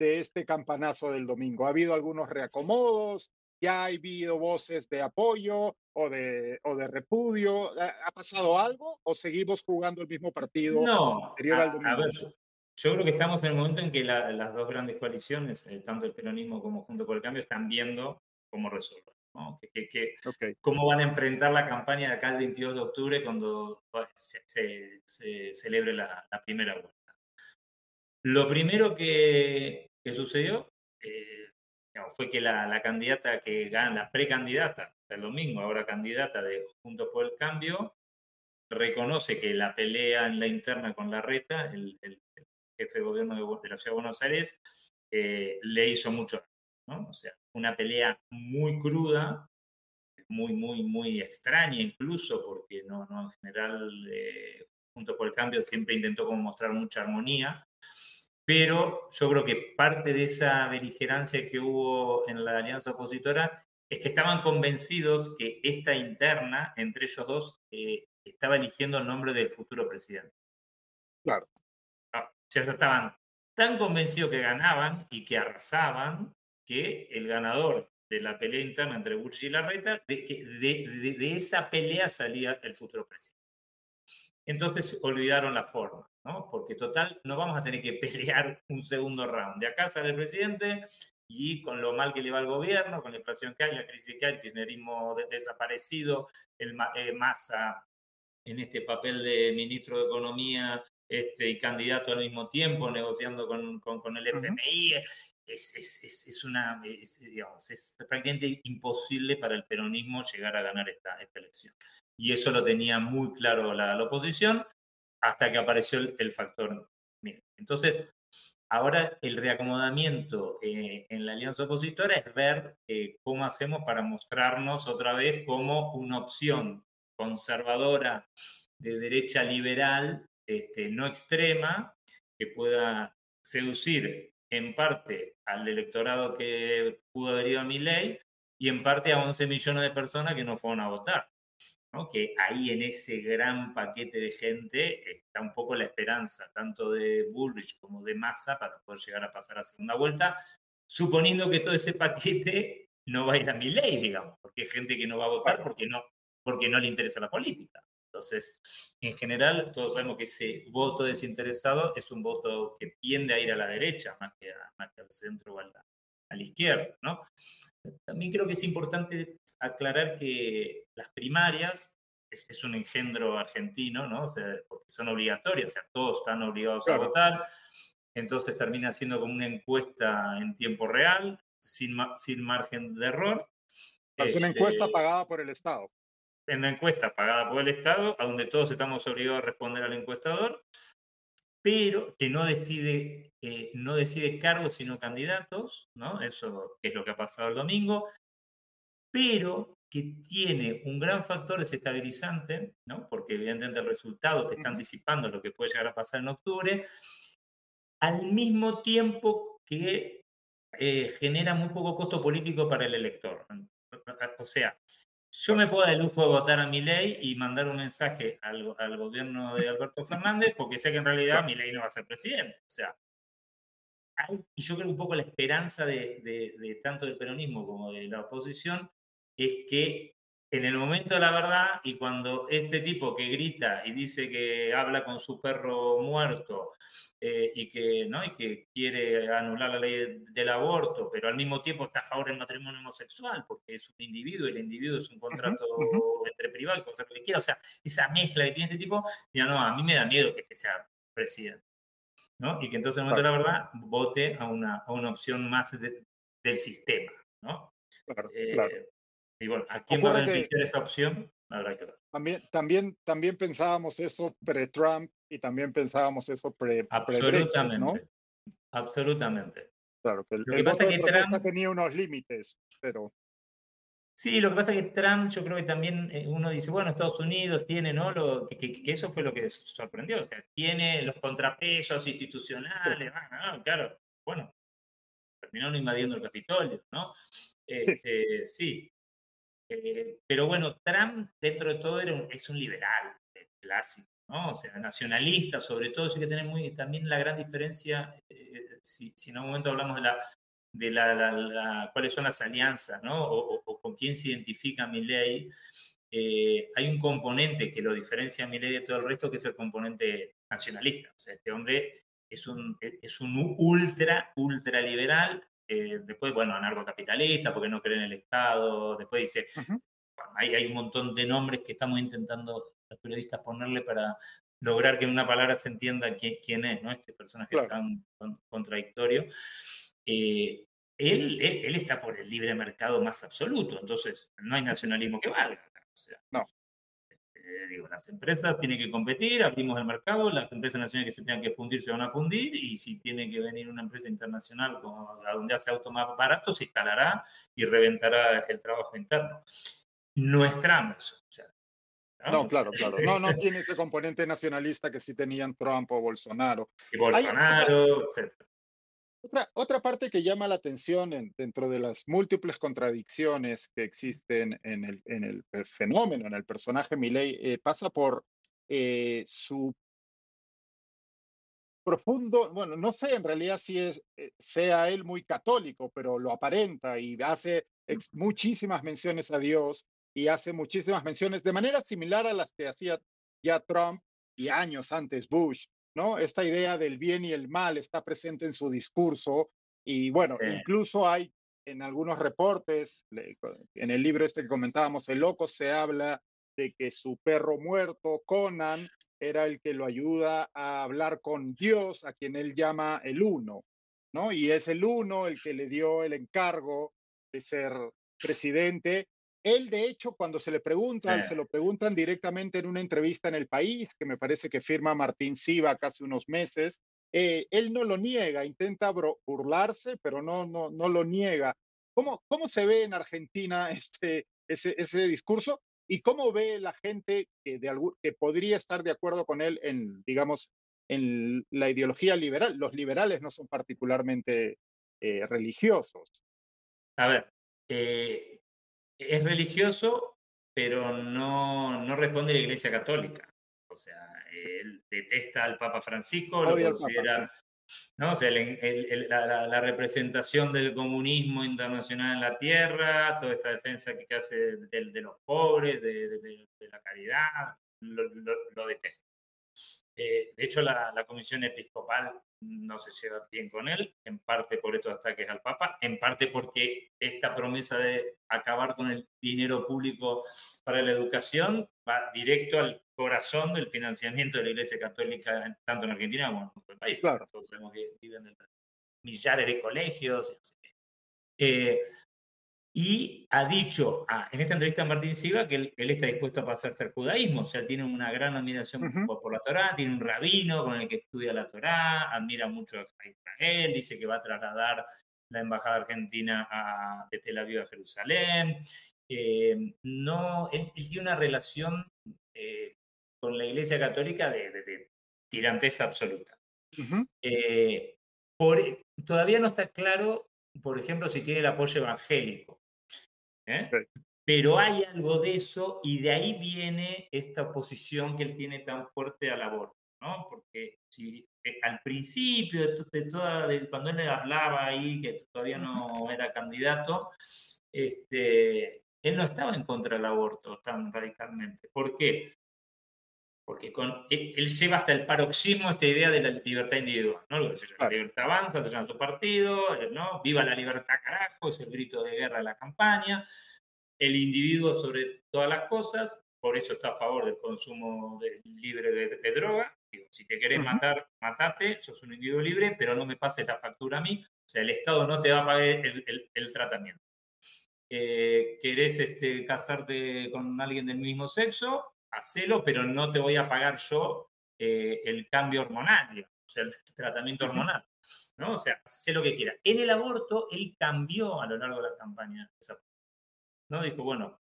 de este campanazo del domingo? ¿Ha habido algunos reacomodos? ¿Ya ha habido voces de apoyo o de repudio? ¿Ha pasado algo o seguimos jugando el mismo partido No, anterior al a ver, domingo? yo creo que estamos en el momento en que las dos grandes coaliciones, tanto el peronismo como Juntos por el Cambio, están viendo cómo resolver, ¿no? Ok, Cómo van a enfrentar la campaña de acá el 22 de octubre cuando se celebre la primera vuelta. Lo primero que sucedió digamos, fue que la candidata que gana, la precandidata, hasta el domingo, ahora candidata de Juntos por el Cambio, reconoce que la pelea en la interna con Larreta, el jefe de gobierno de la Ciudad de Buenos Aires, le hizo mucho, ¿no? O sea, una pelea muy cruda, muy extraña incluso, porque en general, Juntos por el Cambio siempre intentó como mostrar mucha armonía, pero yo creo que parte de esa beligerancia que hubo en la alianza opositora es que estaban convencidos que esta interna entre ellos dos estaba eligiendo el nombre del futuro presidente. claro. Ya estaban tan convencidos que ganaban y que arrasaban que el ganador de la pelea interna entre Bullrich y Larreta, de esa pelea salía el futuro presidente. Entonces olvidaron la forma, ¿no? Porque total, no vamos a tener que pelear un segundo round. De acá sale el presidente y con lo mal que le va al gobierno, con la inflación que hay, la crisis que hay, el kirchnerismo desaparecido, Massa en este papel de ministro de Economía y candidato al mismo tiempo, negociando con el Ujú. FMI. Digamos, es prácticamente imposible para el peronismo llegar a ganar esta elección. Y eso lo tenía muy claro la oposición hasta que apareció el factor. Entonces, ahora el reacomodamiento en la alianza opositora es ver cómo hacemos para mostrarnos otra vez como una opción conservadora de derecha liberal, no extrema, que pueda seducir en parte al electorado que pudo haber ido a Milei y en parte a 11 millones de personas que no fueron a votar, ¿no? Que ahí en ese gran paquete de gente está un poco la esperanza, tanto de Bullrich como de Massa, para poder llegar a pasar a segunda vuelta, suponiendo que todo ese paquete no va a ir a Milei, digamos, porque hay gente que no va a votar Claro, porque no le interesa la política. Entonces, en general, todos sabemos que ese voto desinteresado es un voto que tiende a ir a la derecha, más que al centro o a la izquierda, ¿no? También creo que es importante aclarar que las primarias es un engendro argentino, ¿no? O sea, porque son obligatorias, o sea, todos están obligados a claro. votar, entonces termina siendo como una encuesta en tiempo real, sin margen de error. Es una encuesta Este, pagada por el Estado. en una encuesta pagada por el Estado, a donde todos estamos obligados a responder al encuestador, pero que no decide cargos sino candidatos, ¿no? Eso es lo que ha pasado el domingo, pero que tiene un gran factor desestabilizante, ¿no? Porque evidentemente el resultado te está Ujú. anticipando lo que puede llegar a pasar en octubre, al mismo tiempo que genera muy poco costo político para el elector. O sea, yo Claro, me puedo dar el lujo de votar a Milei y mandar un mensaje al gobierno de Alberto Fernández porque sé que en realidad claro. Milei no va a ser presidente. O sea, y yo creo que un poco la esperanza de tanto del peronismo como de la oposición es que en el momento de la verdad y cuando este tipo que grita y dice que habla con su perro muerto ¿no? y que quiere anular la ley del aborto, pero al mismo tiempo está a favor del matrimonio homosexual porque es un individuo y el individuo es un Ujú, contrato ujú. entre privado y puede hacer lo que quiera. O sea, esa mezcla que tiene este tipo, ya no, a mí me da miedo que este sea presidente, ¿no? Y que entonces en el momento Claro, de la verdad vote a una opción más del sistema, ¿no? claro, claro. Eh, y bueno, ¿a quién va a Ocurre que beneficiar esa opción? Habrá que ver. también pensábamos eso pre-Trump y también pensábamos eso pre-Brexit, ¿no? Absolutamente, absolutamente. Claro, que Lo el que pasa voto es de que protesta Trump, tenía unos límites, pero sí, lo que pasa es que Trump, yo creo que también uno dice, bueno, Estados Unidos tiene, ¿no? Que eso fue lo que sorprendió, o sea, tiene los contrapesos sí, institucionales, claro, bueno, terminaron invadiendo el Capitolio, ¿no? sí, Sí, pero bueno, Trump dentro de todo es un liberal clásico, ¿no? O sea, nacionalista, sobre todo, eso hay que tener también la gran diferencia, si en algún momento hablamos de cuáles son las alianzas, ¿no? O con quién se identifica Milei. Hay un componente que lo diferencia a Milei de todo el resto, que es el componente nacionalista. O sea, este hombre es un ultra liberal, después, bueno, anarcocapitalista, porque no cree en el Estado, después dice, Ujú. bueno, hay un montón de nombres que estamos intentando los periodistas ponerle para lograr que en una palabra se entienda quién es, ¿no? Este personaje Claro. tan contradictorio. Eh, él está por el libre mercado más absoluto, entonces no hay Ujú. nacionalismo que valga. O sea, No, digo, las empresas tienen que competir, abrimos el mercado, las empresas nacionales que se tengan que fundir se van a fundir, y si tiene que venir una empresa internacional a donde hace autos más baratos, se instalará y reventará el trabajo interno. No es Trump eso, o sea, ¿no? no, O sea, claro, claro. No, no tiene ese componente nacionalista que sí tenían Trump o Bolsonaro. y Hay otra, Bolsonaro, etc. otra parte que llama la atención dentro de las múltiples contradicciones que existen en el fenómeno, en el personaje Milei, pasa por su profundo, bueno, no sé en realidad si sea él muy católico, pero lo aparenta y hace muchísimas menciones a Dios y hace muchísimas menciones de manera similar a las que hacía ya Trump y años antes Bush, ¿no? Esta idea del bien y el mal está presente en su discurso y bueno, Sí, incluso hay en algunos reportes, en el libro este que comentábamos, El Loco, se habla de que su perro muerto, Conan, era el que lo ayuda a hablar con Dios, a quien él llama el Uno, ¿no? Y es el Uno el que le dio el encargo de ser presidente. Él, de hecho, cuando se le sí, preguntan, se lo preguntan directamente en una entrevista en El País, que me parece que firma Martín Siva hace unos meses. Él no lo niega, intenta burlarse, pero no lo niega. ¿Cómo se ve en Argentina ese discurso? ¿Y cómo ve la gente que podría estar de acuerdo con él en, digamos, en la ideología liberal? Los liberales no son particularmente religiosos. a ver, eh, es religioso, pero no responde a la Iglesia Católica. O sea, él detesta al Papa Francisco, lo Odia al Papa, sí. considera, ¿no? O sea, la representación del comunismo internacional en la tierra, toda esta defensa que hace de los pobres, de la caridad, lo detesta. De hecho, la comisión episcopal no se lleva bien con él, en parte por estos ataques al Papa, en parte porque esta promesa de acabar con el dinero público para la educación va directo al corazón del financiamiento de la Iglesia Católica, tanto en Argentina como en otros países. Claro. Todos sabemos que viven en millares de colegios. Y no sé qué. Eh, y ha dicho en esta entrevista a Martín Silva que él está dispuesto a pasarse al judaísmo, o sea, tiene una gran admiración Ujú. por la Torá, tiene un rabino con el que estudia la Torá, admira mucho a Israel, dice que va a trasladar la embajada argentina de Tel Aviv a Jerusalén. No, él tiene una relación con la Iglesia Católica de tiranteza absoluta. Ujú. Eh, todavía no está claro, por ejemplo, si tiene el apoyo evangélico. ¿Eh? Ok. Pero hay algo de eso y de ahí viene esta oposición que él tiene tan fuerte al aborto, ¿no? Porque si al principio, cuando él hablaba ahí, que todavía Ujú. no era candidato, él no estaba en contra del aborto tan radicalmente. ¿Por qué? Porque él lleva hasta el paroxismo esta idea de la libertad individual, ¿no? La Claro. libertad avanza, se llama su partido, ¿no? Viva la libertad, carajo, es el grito de guerra de la campaña, el individuo sobre todas las cosas, por eso está a favor del consumo libre de droga. Digo, si te querés Ujú. matar, matate, sos un individuo libre, pero no me pases la factura a mí. O sea, el Estado no te va a pagar el tratamiento. ¿Querés casarte con alguien del mismo sexo? Hacelo, pero no te voy a pagar yo el cambio hormonal, digamos, o sea, el tratamiento Ujú. hormonal. ¿No? O sea, sé lo que quiera. En el aborto, él cambió a lo largo de la campaña esa, ¿no? Dijo, bueno,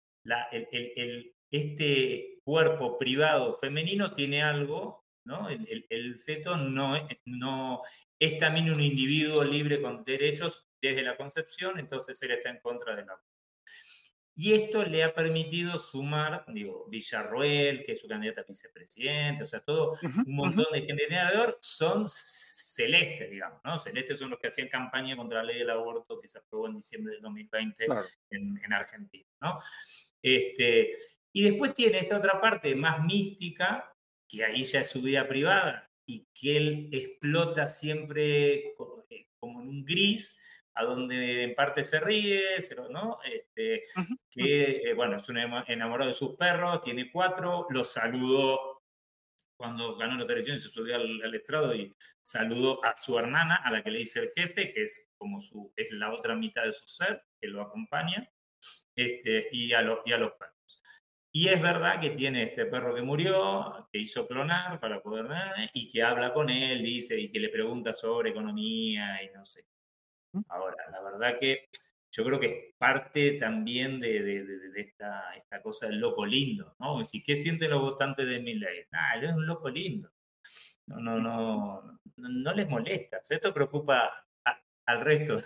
este cuerpo privado femenino tiene algo, ¿no? El feto no es también un individuo libre con derechos desde la concepción, entonces él está en contra del aborto. Y esto le ha permitido sumar, digo, Villarroel, que es su candidata a vicepresidente, o sea, todo Ujú, un ujú. montón de gente alrededor, son celestes, digamos, ¿no? Celestes son los que hacían campaña contra la ley del aborto que se aprobó en diciembre del 2020 Claro. en Argentina, ¿no? Y después tiene esta otra parte más mística, que ahí ya es su vida privada y que él explota siempre como en un gris, a donde en parte se ríe, ¿no? Ujú, ujú. Que, bueno, es un enamorado de sus perros, tiene 4, los saludó cuando ganó las elecciones, se subió al estrado y saludó a su hermana, a la que le dice el jefe, que es como es la otra mitad de su ser, que lo acompaña, y a los perros. Y es verdad que tiene este perro que murió, que hizo clonar para poder, y que habla con él, dice, y que le pregunta sobre economía y no sé. Ahora, la verdad que yo creo que es parte también de esta cosa del loco lindo, ¿no? Es decir, ¿qué sienten los votantes de Milei? Ah, él es un loco lindo. No, no, no, no les molesta. Esto preocupa al resto.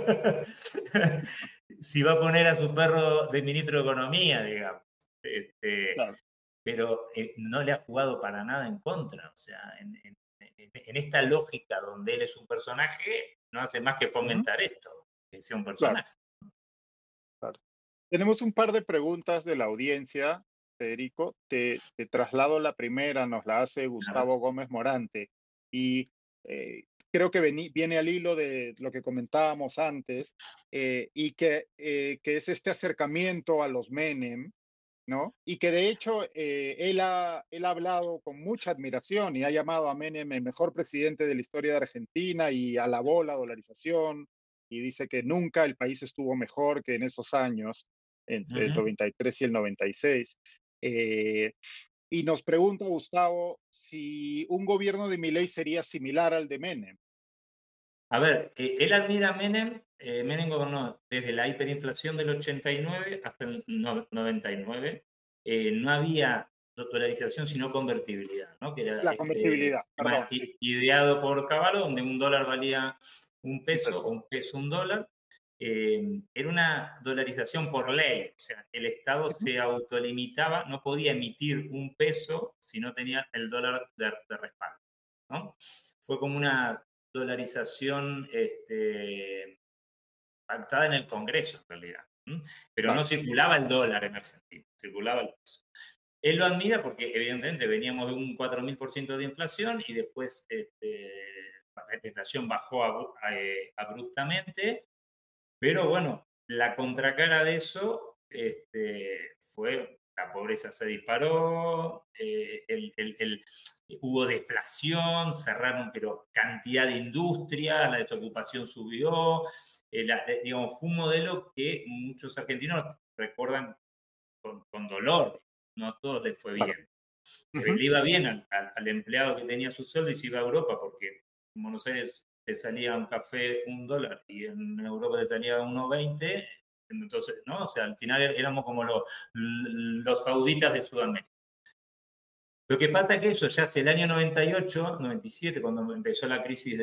Si va a poner a su perro de ministro de Economía, digamos. Este, Claro, pero no le ha jugado para nada en contra. O sea, en esta lógica donde él es un personaje, no hace más que ujú, fomentar esto, que sea un claro, personaje. claro. Tenemos un par de preguntas de la audiencia, Federico. Te traslado la primera, nos la hace A ver. Gustavo Gómez Morante. Y creo que viene al hilo de lo que comentábamos antes, y que es este acercamiento a los Menem, ¿no? Y que de hecho él ha hablado con mucha admiración y ha llamado a Menem el mejor presidente de la historia de Argentina y alabó la dolarización y dice que nunca el país estuvo mejor que en esos años, entre el Ujú. 93 y el 96. Eh, y nos pregunta Gustavo si un gobierno de Milei sería similar al de Menem. A ver, él admira a Menem. Menem gobernó desde la hiperinflación del 89 hasta el 99. No había dolarización, sino convertibilidad, ¿no? Que era La este convertibilidad, sistema perdón, sí, ideado por Cavallo, donde un dólar valía un un peso o peso. un peso un dólar. Era una dolarización por ley, o sea, el Estado Ujú, se autolimitaba, no podía emitir un peso si no tenía el dólar de respaldo, ¿no? Fue como una dolarización pactada en el Congreso, en realidad. Pero no claro. circulaba el dólar en Argentina, circulaba el peso. Él lo admira porque evidentemente veníamos de un 4.000% de inflación y después la inflación bajó abruptamente, pero bueno, la contracara de eso fue la pobreza se disparó, hubo deflación, cerraron, pero cantidad de industrias, la desocupación subió, digamos, fue un modelo que muchos argentinos recuerdan con dolor, no a todos les fue Claro. bien. Ujú, Le iba bien al empleado que tenía su sueldo y se iba a Europa, porque en Buenos Aires te salía un café $1 y en Europa te salía 1,20. Entonces, ¿no? O sea, al final éramos como los sauditas de Sudamérica. Lo que pasa es que eso ya hace el año 98, 97, cuando empezó la crisis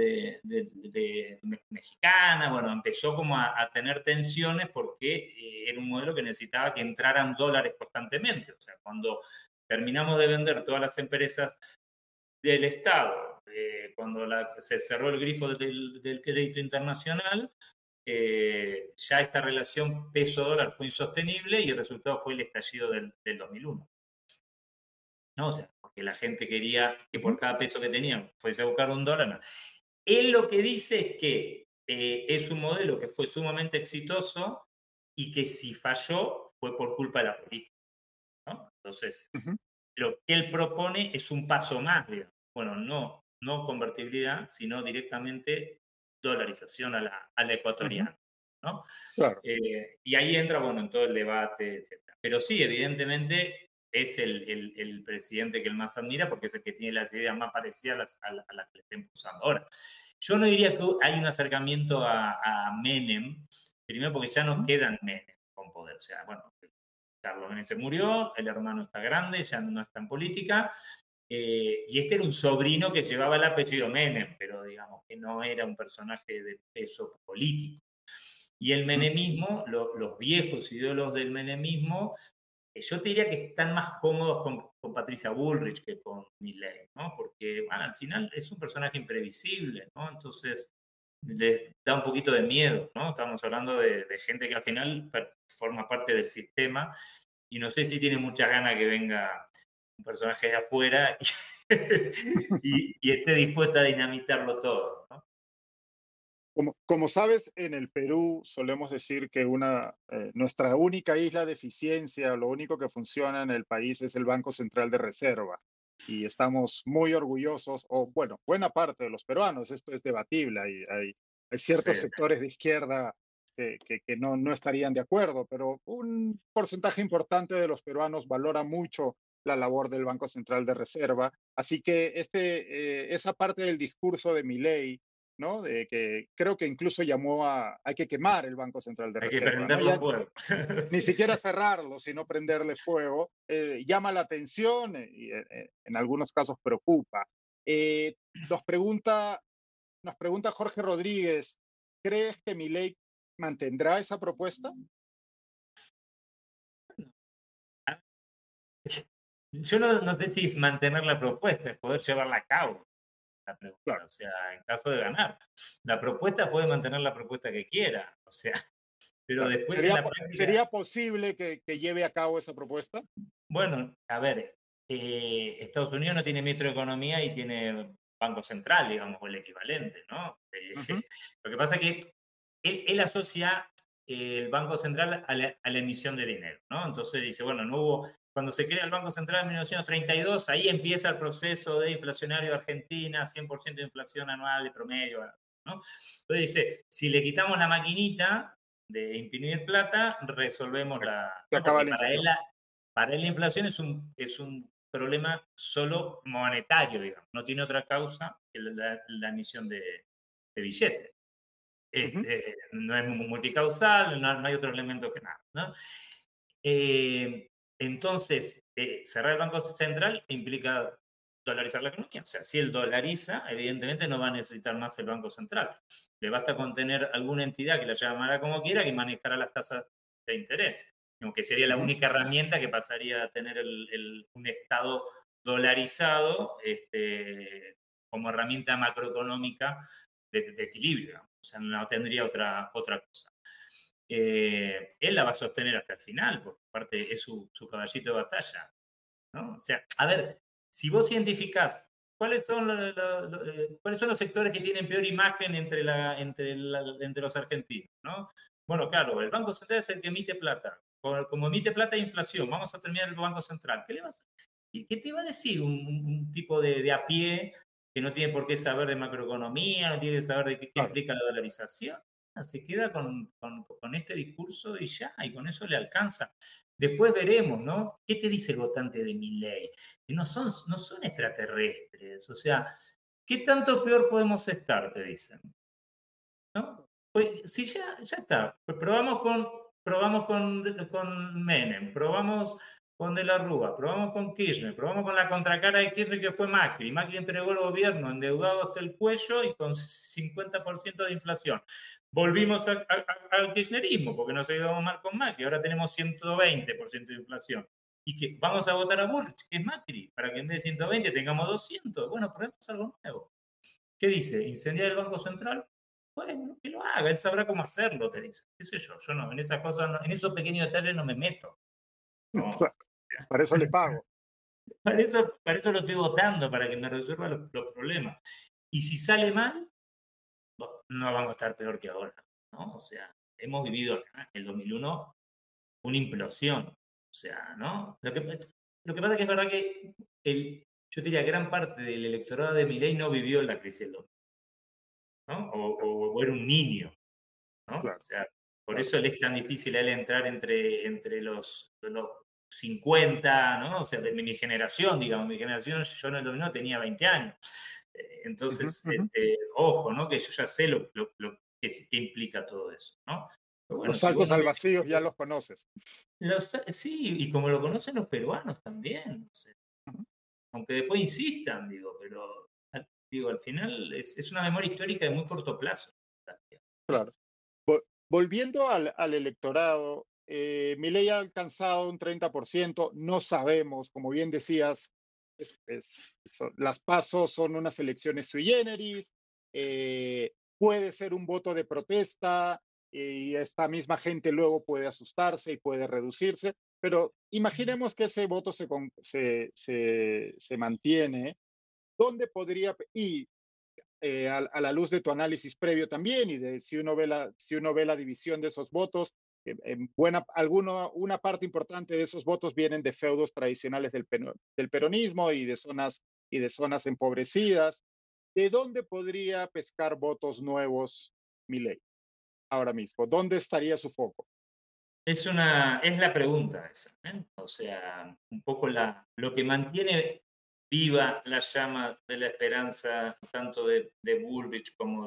mexicana, bueno, empezó como a tener tensiones porque era un modelo que necesitaba que entraran dólares constantemente. O sea, cuando terminamos de vender todas las empresas del Estado, cuando se cerró el grifo del crédito internacional, ya esta relación peso-dólar fue insostenible y el resultado fue el estallido del 2001. ¿No? O sea, porque la gente quería que ujú, por cada peso que tenían fuese a buscar $1. No. Él lo que dice es que es un modelo que fue sumamente exitoso y que si falló fue por culpa de la política, ¿no? Entonces, ujú, lo que él propone es un paso más, digamos. Bueno, no convertibilidad, sino directamente dolarización a la ujú. ecuatoriana, ¿no? Claro. Y ahí entra, bueno, en todo el debate, etc. Pero sí, evidentemente es el presidente que él más admira porque es el que tiene las ideas más parecidas a las que le está impulsando. Ahora, yo no diría que hay un acercamiento a Menem, primero porque ya no Ujú, quedan Menem con poder. O sea, bueno, Carlos Menem se murió, el hermano está grande, ya no está en política, y este era un sobrino que llevaba el apellido Menem, pero digamos que no era un personaje de peso político. Y el menemismo, los viejos ídolos del menemismo, yo te diría que están más cómodos con Patricia Bullrich que con Milei, ¿no? Porque, bueno, al final es un personaje imprevisible, ¿no? Entonces, les da un poquito de miedo, ¿no? Estamos hablando de gente que al final forma parte del sistema y no sé si tiene muchas ganas que venga un personaje de afuera y esté dispuesta a dinamitarlo todo, ¿no? Como sabes, en el Perú solemos decir que nuestra única isla de eficiencia, lo único que funciona en el país es el Banco Central de Reserva. Y estamos muy orgullosos, o bueno, buena parte de los peruanos, esto es debatible, hay Sí, ciertos sectores de izquierda que no estarían de acuerdo, pero un porcentaje importante de los peruanos valora mucho la labor del Banco Central de Reserva. Así que esa parte del discurso de Milei, ¿no? De que creo que incluso llamó hay que quemar el Banco Central de hay que Reserva, ¿no? prenderlo Ya fuego. ni siquiera cerrarlo, sino prenderle fuego, llama la atención y en algunos casos preocupa. Eh, nos pregunta, nos pregunta Jorge Rodríguez, ¿crees que Milei mantendrá esa propuesta? Yo no sé si es mantener la propuesta, es poder llevarla a cabo, la pregunta, Claro, o sea, en caso de ganar. La propuesta puede mantener la propuesta que quiera, o sea, pero claro. después en la ¿Sería práctica, posible que lleve a cabo esa propuesta? bueno, a ver, Estados Unidos no tiene ministro de Economía y tiene Banco Central, digamos, o el equivalente, ¿no? Ujú, Lo que pasa es que él asocia el Banco Central a la emisión de dinero, ¿no? Entonces dice, bueno, no hubo, cuando se crea el Banco Central en 1932, ahí empieza el proceso de inflacionario de Argentina, 100% de inflación anual de promedio, ¿no? Entonces dice, si le quitamos la maquinita de imprimir plata, resolvemos se, la, se ¿no? acaba Porque la inflación. para él la inflación es un problema solo monetario, digamos, no tiene otra causa que la emisión de billetes. Ujú, No es multicausal, no hay otro elemento que nada, ¿no? Eh, entonces, cerrar el Banco Central implica dolarizar la economía. O sea, si él dolariza, evidentemente no va a necesitar más el Banco Central. Le basta con tener alguna entidad que la llamará como quiera que manejará las tasas de interés. Como que sería la ujú. única herramienta que pasaría a tener un Estado dolarizado como herramienta macroeconómica de equilibrio. O sea, no tendría otra cosa. Él la va a sostener hasta el final, porque aparte es su caballito de batalla, ¿no? O sea, a ver, si vos identificás cuáles son los sectores que tienen peor imagen entre los argentinos, ¿no? Bueno, claro, el Banco Central es el que emite plata. Como emite plata hay inflación, vamos a terminar el Banco Central. ¿Qué te va a decir un tipo de a pie que no tiene por qué saber de macroeconomía, no tiene que saber de qué Claro. implica la dolarización? Se queda con este discurso y ya, y con eso le alcanza. Después veremos, ¿no? ¿Qué te dice el votante de Milei? Que no son extraterrestres, o sea, ¿qué tanto peor podemos estar? Te dicen, ¿no? Pues si ya está, pues probamos con Menem, probamos con De la Rúa, probamos con Kirchner, probamos con la contracara de Kirchner que fue Macri. Macri entregó el gobierno endeudado hasta el cuello y con 50% de inflación. Volvimos al kirchnerismo porque nos llevamos mal con Macri. Ahora tenemos 120% de inflación. Y que vamos a votar a Bullrich, que es Macri, para que en vez de 120 tengamos 200. Bueno, probemos algo nuevo. ¿Qué dice? ¿Incendiar el Banco Central? Bueno, que lo haga, él sabrá cómo hacerlo, te dice. ¿Qué sé yo no, en esas cosas, en esos pequeños detalles no me meto. No. Para eso le pago. Para eso lo estoy votando, para que me resuelva los problemas. Y si sale mal, no vamos a estar peor que ahora, ¿no? O sea, hemos vivido acá, en el 2001, una implosión. O sea, ¿no? Lo que pasa es que es verdad que yo diría gran parte del electorado de Milei no vivió la crisis del 2000, ¿no? O era un niño, ¿no? O Claro, sea, por claro. eso le es tan difícil a él entrar entre los 50, ¿no? O sea, de mi generación, digamos, mi generación, yo en el 2009 tenía 20 años. Ujú, Entonces, ujú. ojo, ¿no? Que yo ya sé lo que implica todo eso, ¿no? Pero bueno, Los si vos saltos no al le... vacío ya los conoces. Sí, y como lo conocen los peruanos también, o sea, Ujú, aunque después insistan, digo, pero digo, al final es una memoria histórica de muy corto plazo. claro. volviendo al electorado, Milei ha alcanzado un 30%, no sabemos, como bien decías, las PASO son unas elecciones sui generis, puede ser un voto de protesta y esta misma gente luego puede asustarse y puede reducirse, pero imaginemos que ese voto se mantiene. ¿Dónde podría, y a la luz de tu análisis previo también y de si uno ve la división de esos votos, una parte importante de esos votos vienen de feudos tradicionales del peronismo y de zonas empobrecidas. ¿De dónde podría pescar votos nuevos Milei ahora mismo? ¿Dónde estaría su foco? Es la pregunta esa, ¿eh? O sea, un poco lo que mantiene viva la llama de la esperanza, tanto de Bullrich como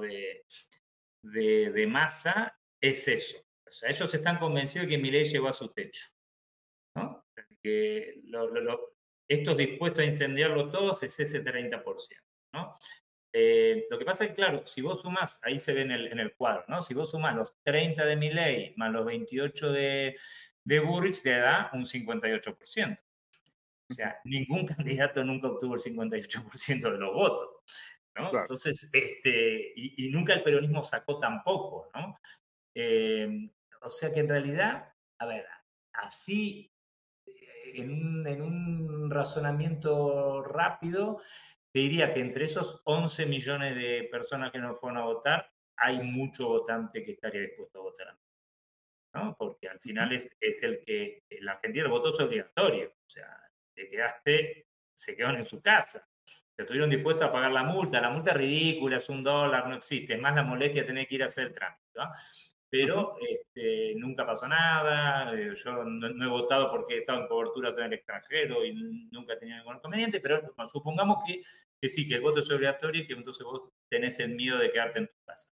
de Massa, es eso. O sea, ellos están convencidos de que Milei llegó a su techo, ¿no? Que estos dispuestos a incendiarlo todos es ese 30%, ¿no? Lo que pasa es que, claro, si vos sumás, ahí se ve en el cuadro, ¿no? Si vos sumás los 30 de Milei más los 28 de Burrich, te da un 58%. O sea, ningún candidato nunca obtuvo el 58% de los votos, ¿no? Claro, Entonces, y nunca el peronismo sacó tampoco, ¿no? O sea que en realidad, a ver, así, en un razonamiento rápido, te diría que entre esos 11 millones de personas que no fueron a votar, hay mucho votante que estaría dispuesto a votar, ¿no? Porque al final es el que, en la Argentina el voto es obligatorio, o sea, te quedaste, se quedaron en su casa, se estuvieron dispuestos a pagar la multa es ridícula, es $1, no existe, es más la molestia de tener que ir a hacer el trámite, ¿no? Pero nunca pasó nada, yo no he votado porque he estado en coberturas en el extranjero y nunca he tenido ningún inconveniente, pero bueno, supongamos que sí, que el voto es obligatorio y que entonces vos tenés el miedo de quedarte en tu casa.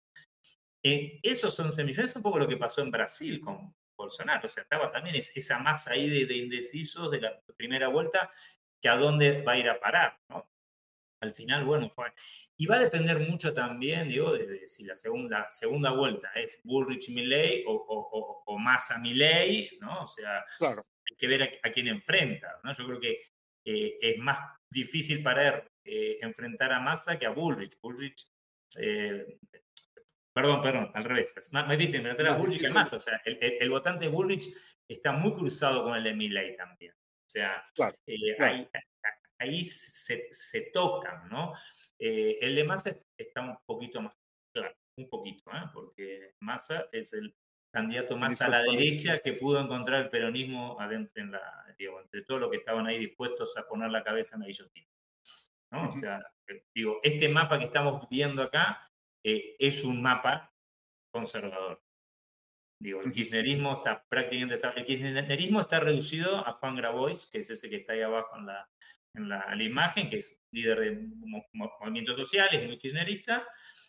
Esos 11 millones es un poco lo que pasó en Brasil con Bolsonaro, o sea, estaba también esa masa ahí de indecisos de la primera vuelta, que a dónde va a ir a parar, ¿no? Al final, bueno, fue. Y va a depender mucho también, digo, de si la segunda vuelta es Bullrich-Milei o Massa-Milei, ¿no? O sea, claro. hay que ver a quién enfrenta, ¿no? Yo creo que es más difícil para él enfrentar a Massa que a Bullrich. Bullrich, eh, perdón, al revés. Es más difícil enfrentar a Más Bullrich que a difícil, Massa. O sea, el votante de Bullrich está muy cruzado con el de Milei también. O sea, claro, claro. hay, ahí se tocan, ¿no? El de Massa está un poquito más claro, un poquito, ¿eh? Porque Massa es el candidato más a Ministro la actual. derecha que pudo encontrar el peronismo adentro digo, entre todos los que estaban ahí dispuestos a poner la cabeza en la guillotina, ¿no? O Ujú, sea, digo, este mapa que estamos viendo acá es un mapa conservador. Digo, el ujú, kirchnerismo está prácticamente, el kirchnerismo está reducido a Juan Grabois, que es ese que está ahí abajo en la imagen, que es líder de movimientos sociales, muy kirchnerista,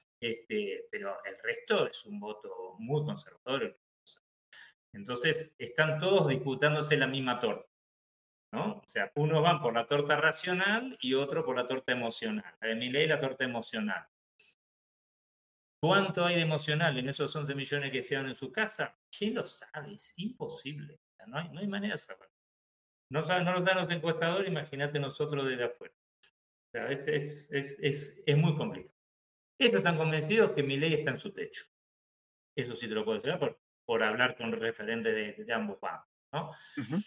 pero el resto es un voto muy conservador. Entonces, están todos disputándose la misma torta, ¿no? O sea, unos van por la torta racional y otro por la torta emocional. La de Milei, la torta emocional. ¿Cuánto hay de emocional en esos 11 millones que se dan en su casa? ¿Quién lo sabe? Es imposible. O sea, no hay manera de saberlo. No lo saben los encuestadores, imagínate nosotros desde afuera. O sea, es muy complicado. Ellos están convencidos que mi ley está en su techo. Eso sí te lo puedo decir por hablar con referentes de ambos bancos, ¿no? ujú.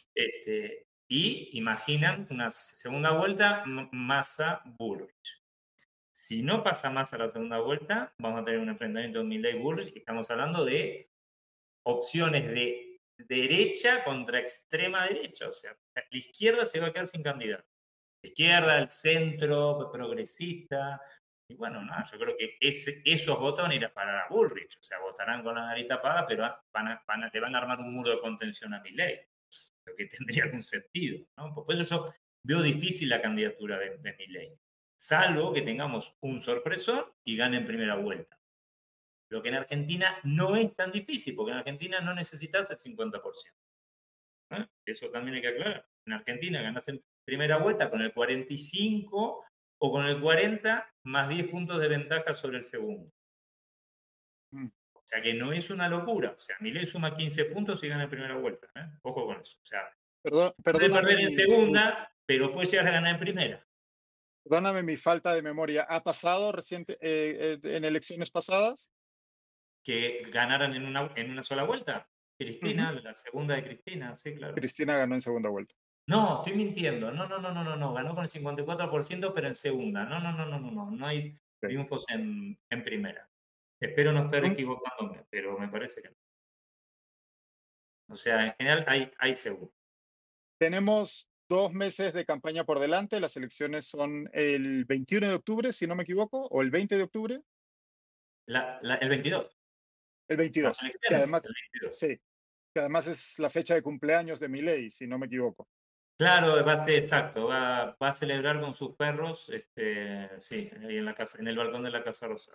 Y imaginan una segunda vuelta Massa-Bullrich. Si no pasa más a la segunda vuelta, vamos a tener un enfrentamiento de Milei-Bullrich y estamos hablando de opciones de derecha contra extrema derecha. O sea, la izquierda se va a quedar sin candidato. La izquierda, el centro, progresista. Y bueno, no, yo creo que esos votos van a ir a parar a Bullrich. O sea, votarán con la nariz tapada, pero le van a armar un muro de contención a Milei. Lo que tendría algún sentido, ¿no? Por eso yo veo difícil la candidatura de Milei. Salvo que tengamos un sorpresón y gane en primera vuelta. Lo que en Argentina no es tan difícil, porque en Argentina no necesitas el 50%. ¿Eh? Eso también hay que aclarar. En Argentina ganas en primera vuelta con el 45 o con el 40 más 10 puntos de ventaja sobre el segundo. Mm. O sea que no es una locura. O sea, Milei suma 15 puntos y gana en primera vuelta. Ojo con eso. O sea, puede Perdóname perder en segunda, pero puede llegar a ganar en primera. perdóname mi falta de memoria. ¿Ha pasado en elecciones pasadas? Que ganaran en una sola vuelta. Ujú. Cristina, la segunda de Cristina, sí, claro. Cristina ganó en segunda vuelta. No, estoy mintiendo. No, no, no, no, no, no. Ganó con el 54%, pero en segunda. No, no, no, no, no, no. No hay Ok. triunfos en primera. Espero no estar Son- equivocándome, pero me parece que no. O sea, en general hay seguro. Tenemos 2 meses de campaña por delante. Las elecciones son el 21 de octubre, si no me equivoco, o el 20 de octubre, El 22. el Las 22, que elecciones, el además, 22. sí, que además es la fecha de cumpleaños de Milei, si no me equivoco. Claro, va a ser exacto. Va a celebrar con sus perros, sí, ahí en la casa, en el balcón de la Casa Rosada.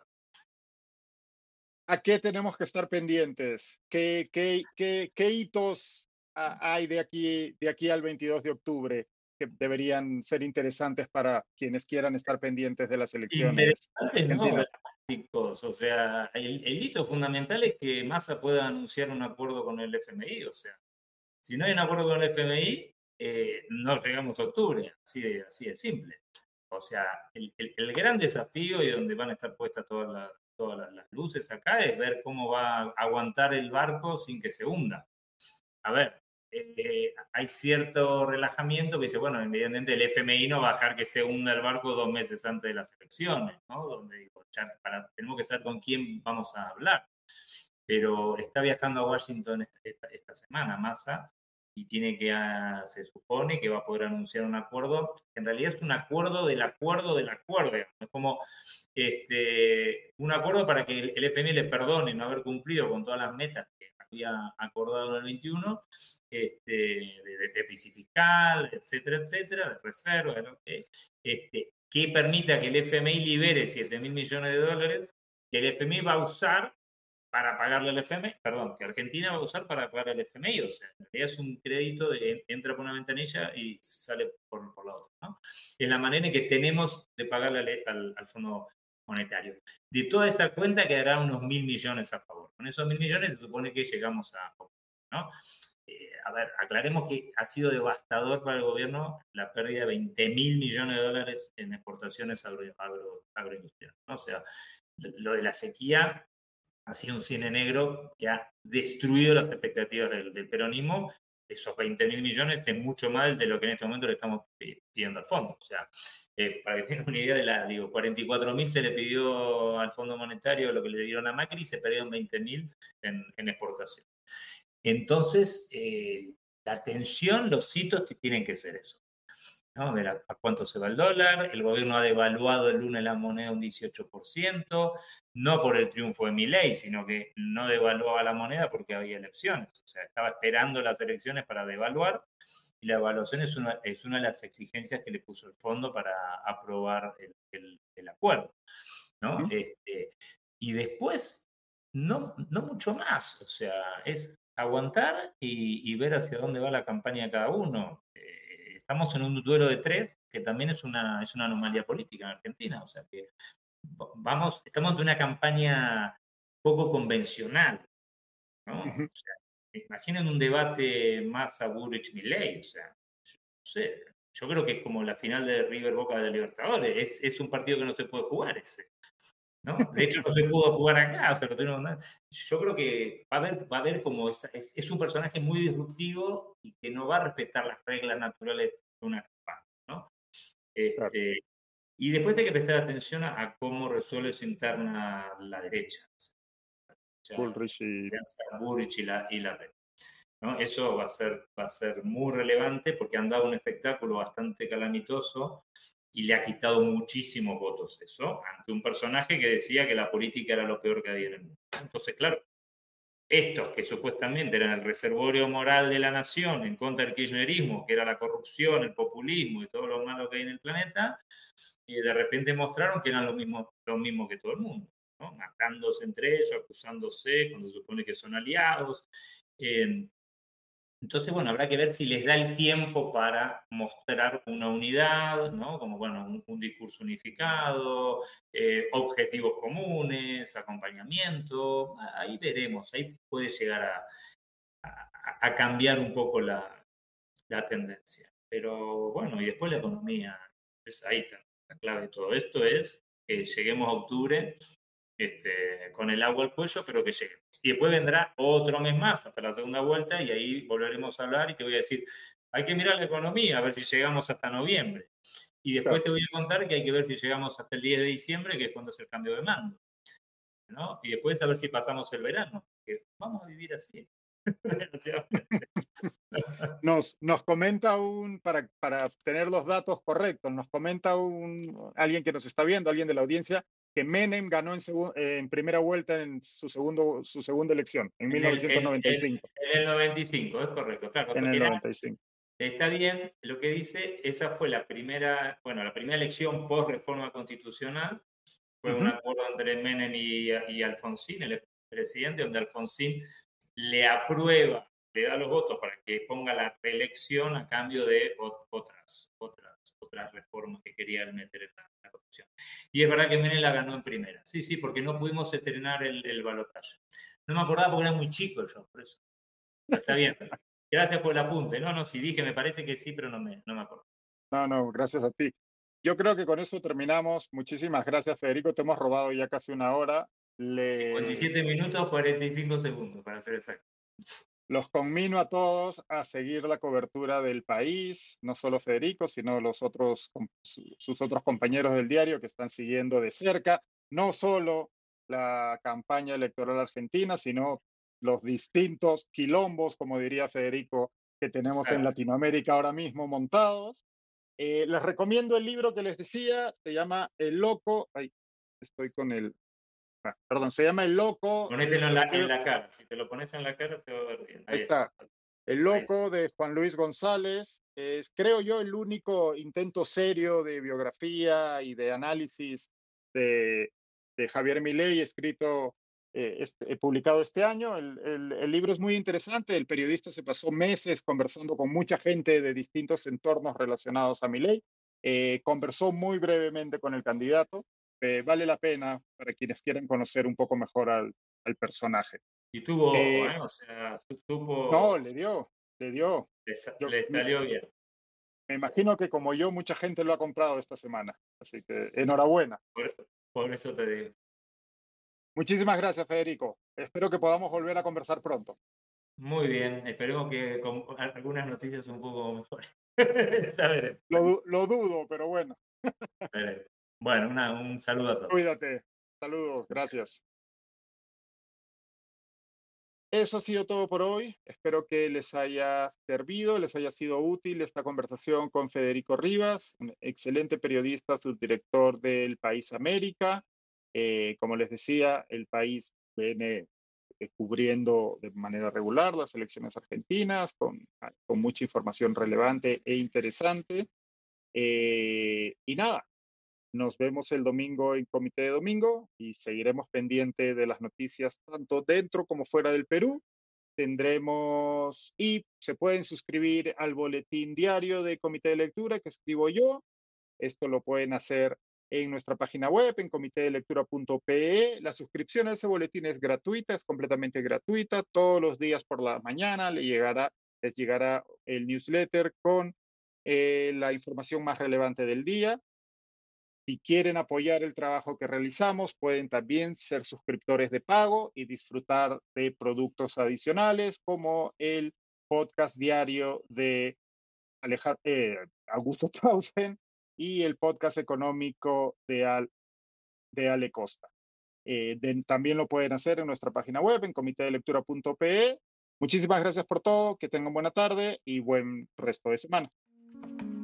¿A qué tenemos que estar pendientes? ¿Qué hitos hay de aquí al 22 de octubre que deberían ser interesantes para quienes quieran estar pendientes de las elecciones Interesantes, ¿no? argentinas? Dramáticos. O sea, el hito fundamental es que Massa pueda anunciar un acuerdo con el FMI. O sea, si no hay un acuerdo con el FMI, no llegamos a octubre. Así de simple. O sea, el gran desafío y donde van a estar puestas todas las luces acá es ver cómo va a aguantar el barco sin que se hunda. A ver, hay cierto relajamiento que dice, bueno, evidentemente el FMI no va a dejar que se hunda el barco 2 meses antes de las elecciones, ¿no? Donde digo, ya tenemos que saber con quién vamos a hablar. Pero está viajando a Washington esta semana, Massa, y se supone que va a poder anunciar un acuerdo, que en realidad es un acuerdo del acuerdo del acuerdo. Es como un acuerdo para que el FMI le perdone no haber cumplido con todas las metas que había acordado en el 21, de déficit fiscal, etcétera, etcétera, de reserva, que permita que el FMI libere 7.000 millones de dólares, que el FMI va a usar para pagarle al FMI, perdón, que Argentina va a usar para pagarle al FMI. O sea, en realidad es un crédito entra por una ventanilla y sale por la otra, ¿no? Es la manera en que tenemos de pagarle al Fondo Monetario. De toda esa cuenta quedará unos 1.000 millones a favor. Con esos 1.000 millones se supone que llegamos a, ¿no? A ver, aclaremos que ha sido devastador para el gobierno la pérdida de 20.000 millones de dólares en exportaciones agroindustriales, ¿no? O sea, lo de la sequía ha sido un cine negro que ha destruido las expectativas del peronismo. Esos 20.000 millones es mucho más de lo que en este momento le estamos pidiendo al fondo. O sea, para que tengan una idea digo, 44.000 se le pidió al Fondo Monetario lo que le dieron a Macri y se perdieron 20.000 en exportación. Entonces, la tensión, los hitos tienen que ser eso. ¿No? Ver a cuánto se va el dólar. El gobierno ha devaluado el lunes la moneda un 18%, no por el triunfo de Milei, sino que no devaluaba la moneda porque había elecciones. O sea, estaba esperando las elecciones para devaluar, y la evaluación es una de las exigencias que le puso el fondo para aprobar el acuerdo, ¿no? ¿Mm? Y después, no mucho más. O sea, es aguantar y ver hacia dónde va la campaña de cada uno. Estamos en un duelo de tres, que también es una anomalía política en Argentina. O sea que estamos de una campaña poco convencional, ¿no? Ujú. O sea, imaginen un debate más a Burrich-Milei. O sea, no sé, yo creo que es como la final de River Boca de Libertadores. Es un partido que no se puede jugar ese, ¿no? De hecho, no se pudo jugar acá. O sea, yo creo que va a haber como es un personaje muy disruptivo y que no va a respetar las reglas naturales de una campaña, ¿no? Claro, Y después hay que prestar atención a cómo resuelve su interna la derecha. Ya, Bullrich y Burrich y la red, ¿no? Eso va a ser muy relevante porque han dado un espectáculo bastante calamitoso y le ha quitado muchísimos votos eso, ante un personaje que decía que la política era lo peor que había en el mundo. Entonces, claro, estos que supuestamente eran el reservorio moral de la nación en contra del kirchnerismo, que era la corrupción, el populismo y todo lo malo que hay en el planeta, y de repente mostraron que eran lo mismo que todo el mundo, ¿no? Matándose entre ellos, acusándose, cuando se supone que son aliados. Entonces, bueno, habrá que ver si les da el tiempo para mostrar una unidad, ¿no? Como, bueno, un discurso unificado, objetivos comunes, acompañamiento. Ahí veremos, ahí puede llegar a cambiar un poco la tendencia. Pero bueno, y después la economía, ahí está. La clave de todo esto es que lleguemos a octubre con el agua al cuello, pero que lleguemos. Y después vendrá otro mes más hasta la segunda vuelta y ahí volveremos a hablar y te voy a decir, hay que mirar la economía, a ver si llegamos hasta noviembre. Y después Claro. te voy a contar que hay que ver si llegamos hasta el 10 de diciembre, que es cuando es el cambio de mando, ¿no? Y después a ver si pasamos el verano, que vamos a vivir así. Desgraciadamente. Nos comenta para tener los datos correctos, nos comenta alguien que nos está viendo, alguien de la audiencia, que Menem ganó en primera vuelta en su segunda elección, en En el, en, en- 1995. en el 95, es correcto, claro. En el 95. Está bien lo que dice, esa fue la primera, bueno, la primera elección post reforma constitucional, fue un Ujú. acuerdo entre Menem y Alfonsín, el presidente, donde Alfonsín le aprueba, le da los votos para que ponga la reelección a cambio de otras reformas que querían meter en la Constitución. Y es verdad que Menem la ganó en primera, sí, sí, porque no pudimos estrenar el balotaje. No me acordaba porque era muy chico yo, por eso. Pero está bien. Gracias por el apunte. No, no, si dije, me parece que sí, pero no me acuerdo. No, no, gracias a ti. Yo creo que con eso terminamos. Muchísimas gracias, Federico. Te hemos robado ya casi una hora. 57 minutos, 45 segundos, para ser exacto. Los conmino a todos a seguir la cobertura del país, no solo Federico, sino sus otros compañeros del diario que están siguiendo de cerca, no solo la campaña electoral argentina, sino los distintos quilombos, como diría Federico, que tenemos en Exacto. Latinoamérica ahora mismo montados. Les recomiendo el libro que les decía, se llama El Loco, ay, estoy con el, perdón, se llama El Loco, Ponételo lo escribe. en la cara. Si te lo pones en la cara, se va a ver bien. Ahí Ahí está. está. El Ahí está. Loco de Juan Luis González es, creo yo, el único intento serio de biografía y de análisis de, de Javier Milei escrito, publicado este año. El libro es muy interesante. El periodista se pasó meses conversando con mucha gente de distintos entornos relacionados a Milei. Conversó muy brevemente con el candidato. Vale la pena para quienes quieran conocer un poco mejor al personaje. Y tuvo ojo, Eh, ¿eh? O sea, no, supo, le dio. le salió bien. Me imagino que como yo, mucha gente lo ha comprado esta semana. Así que enhorabuena. Por, por eso te digo. Muchísimas gracias, Federico. Espero que podamos volver a conversar pronto. Muy bien. Esperemos que con algunas noticias un poco mejores. Ya veremos. Lo dudo, pero bueno, Veremos. Bueno, un saludo a todos. cuídate. Saludos, gracias. Eso ha sido todo por hoy. Espero que les haya servido, les haya sido útil esta conversación con Federico Rivas, un excelente periodista, subdirector del País América. Como les decía, el país viene cubriendo de manera regular las elecciones argentinas con mucha información relevante e interesante. Y nada, nos vemos el domingo en Comité de Domingo y seguiremos pendiente de las noticias tanto dentro como fuera del Perú. Tendremos y se pueden suscribir al boletín diario de Comité de Lectura que escribo yo. Esto lo pueden hacer en nuestra página web, en comitedelectura.pe. La suscripción a ese boletín es gratuita, es completamente gratuita. Todos los días por la mañana les llegará el newsletter con la información más relevante del día. Si quieren apoyar el trabajo que realizamos, pueden también ser suscriptores de pago y disfrutar de productos adicionales como el podcast diario de Augusto Tausen y el podcast económico de Ale Costa. También lo pueden hacer en nuestra página web, en comitedelectura.pe. Muchísimas gracias por todo, que tengan buena tarde y buen resto de semana.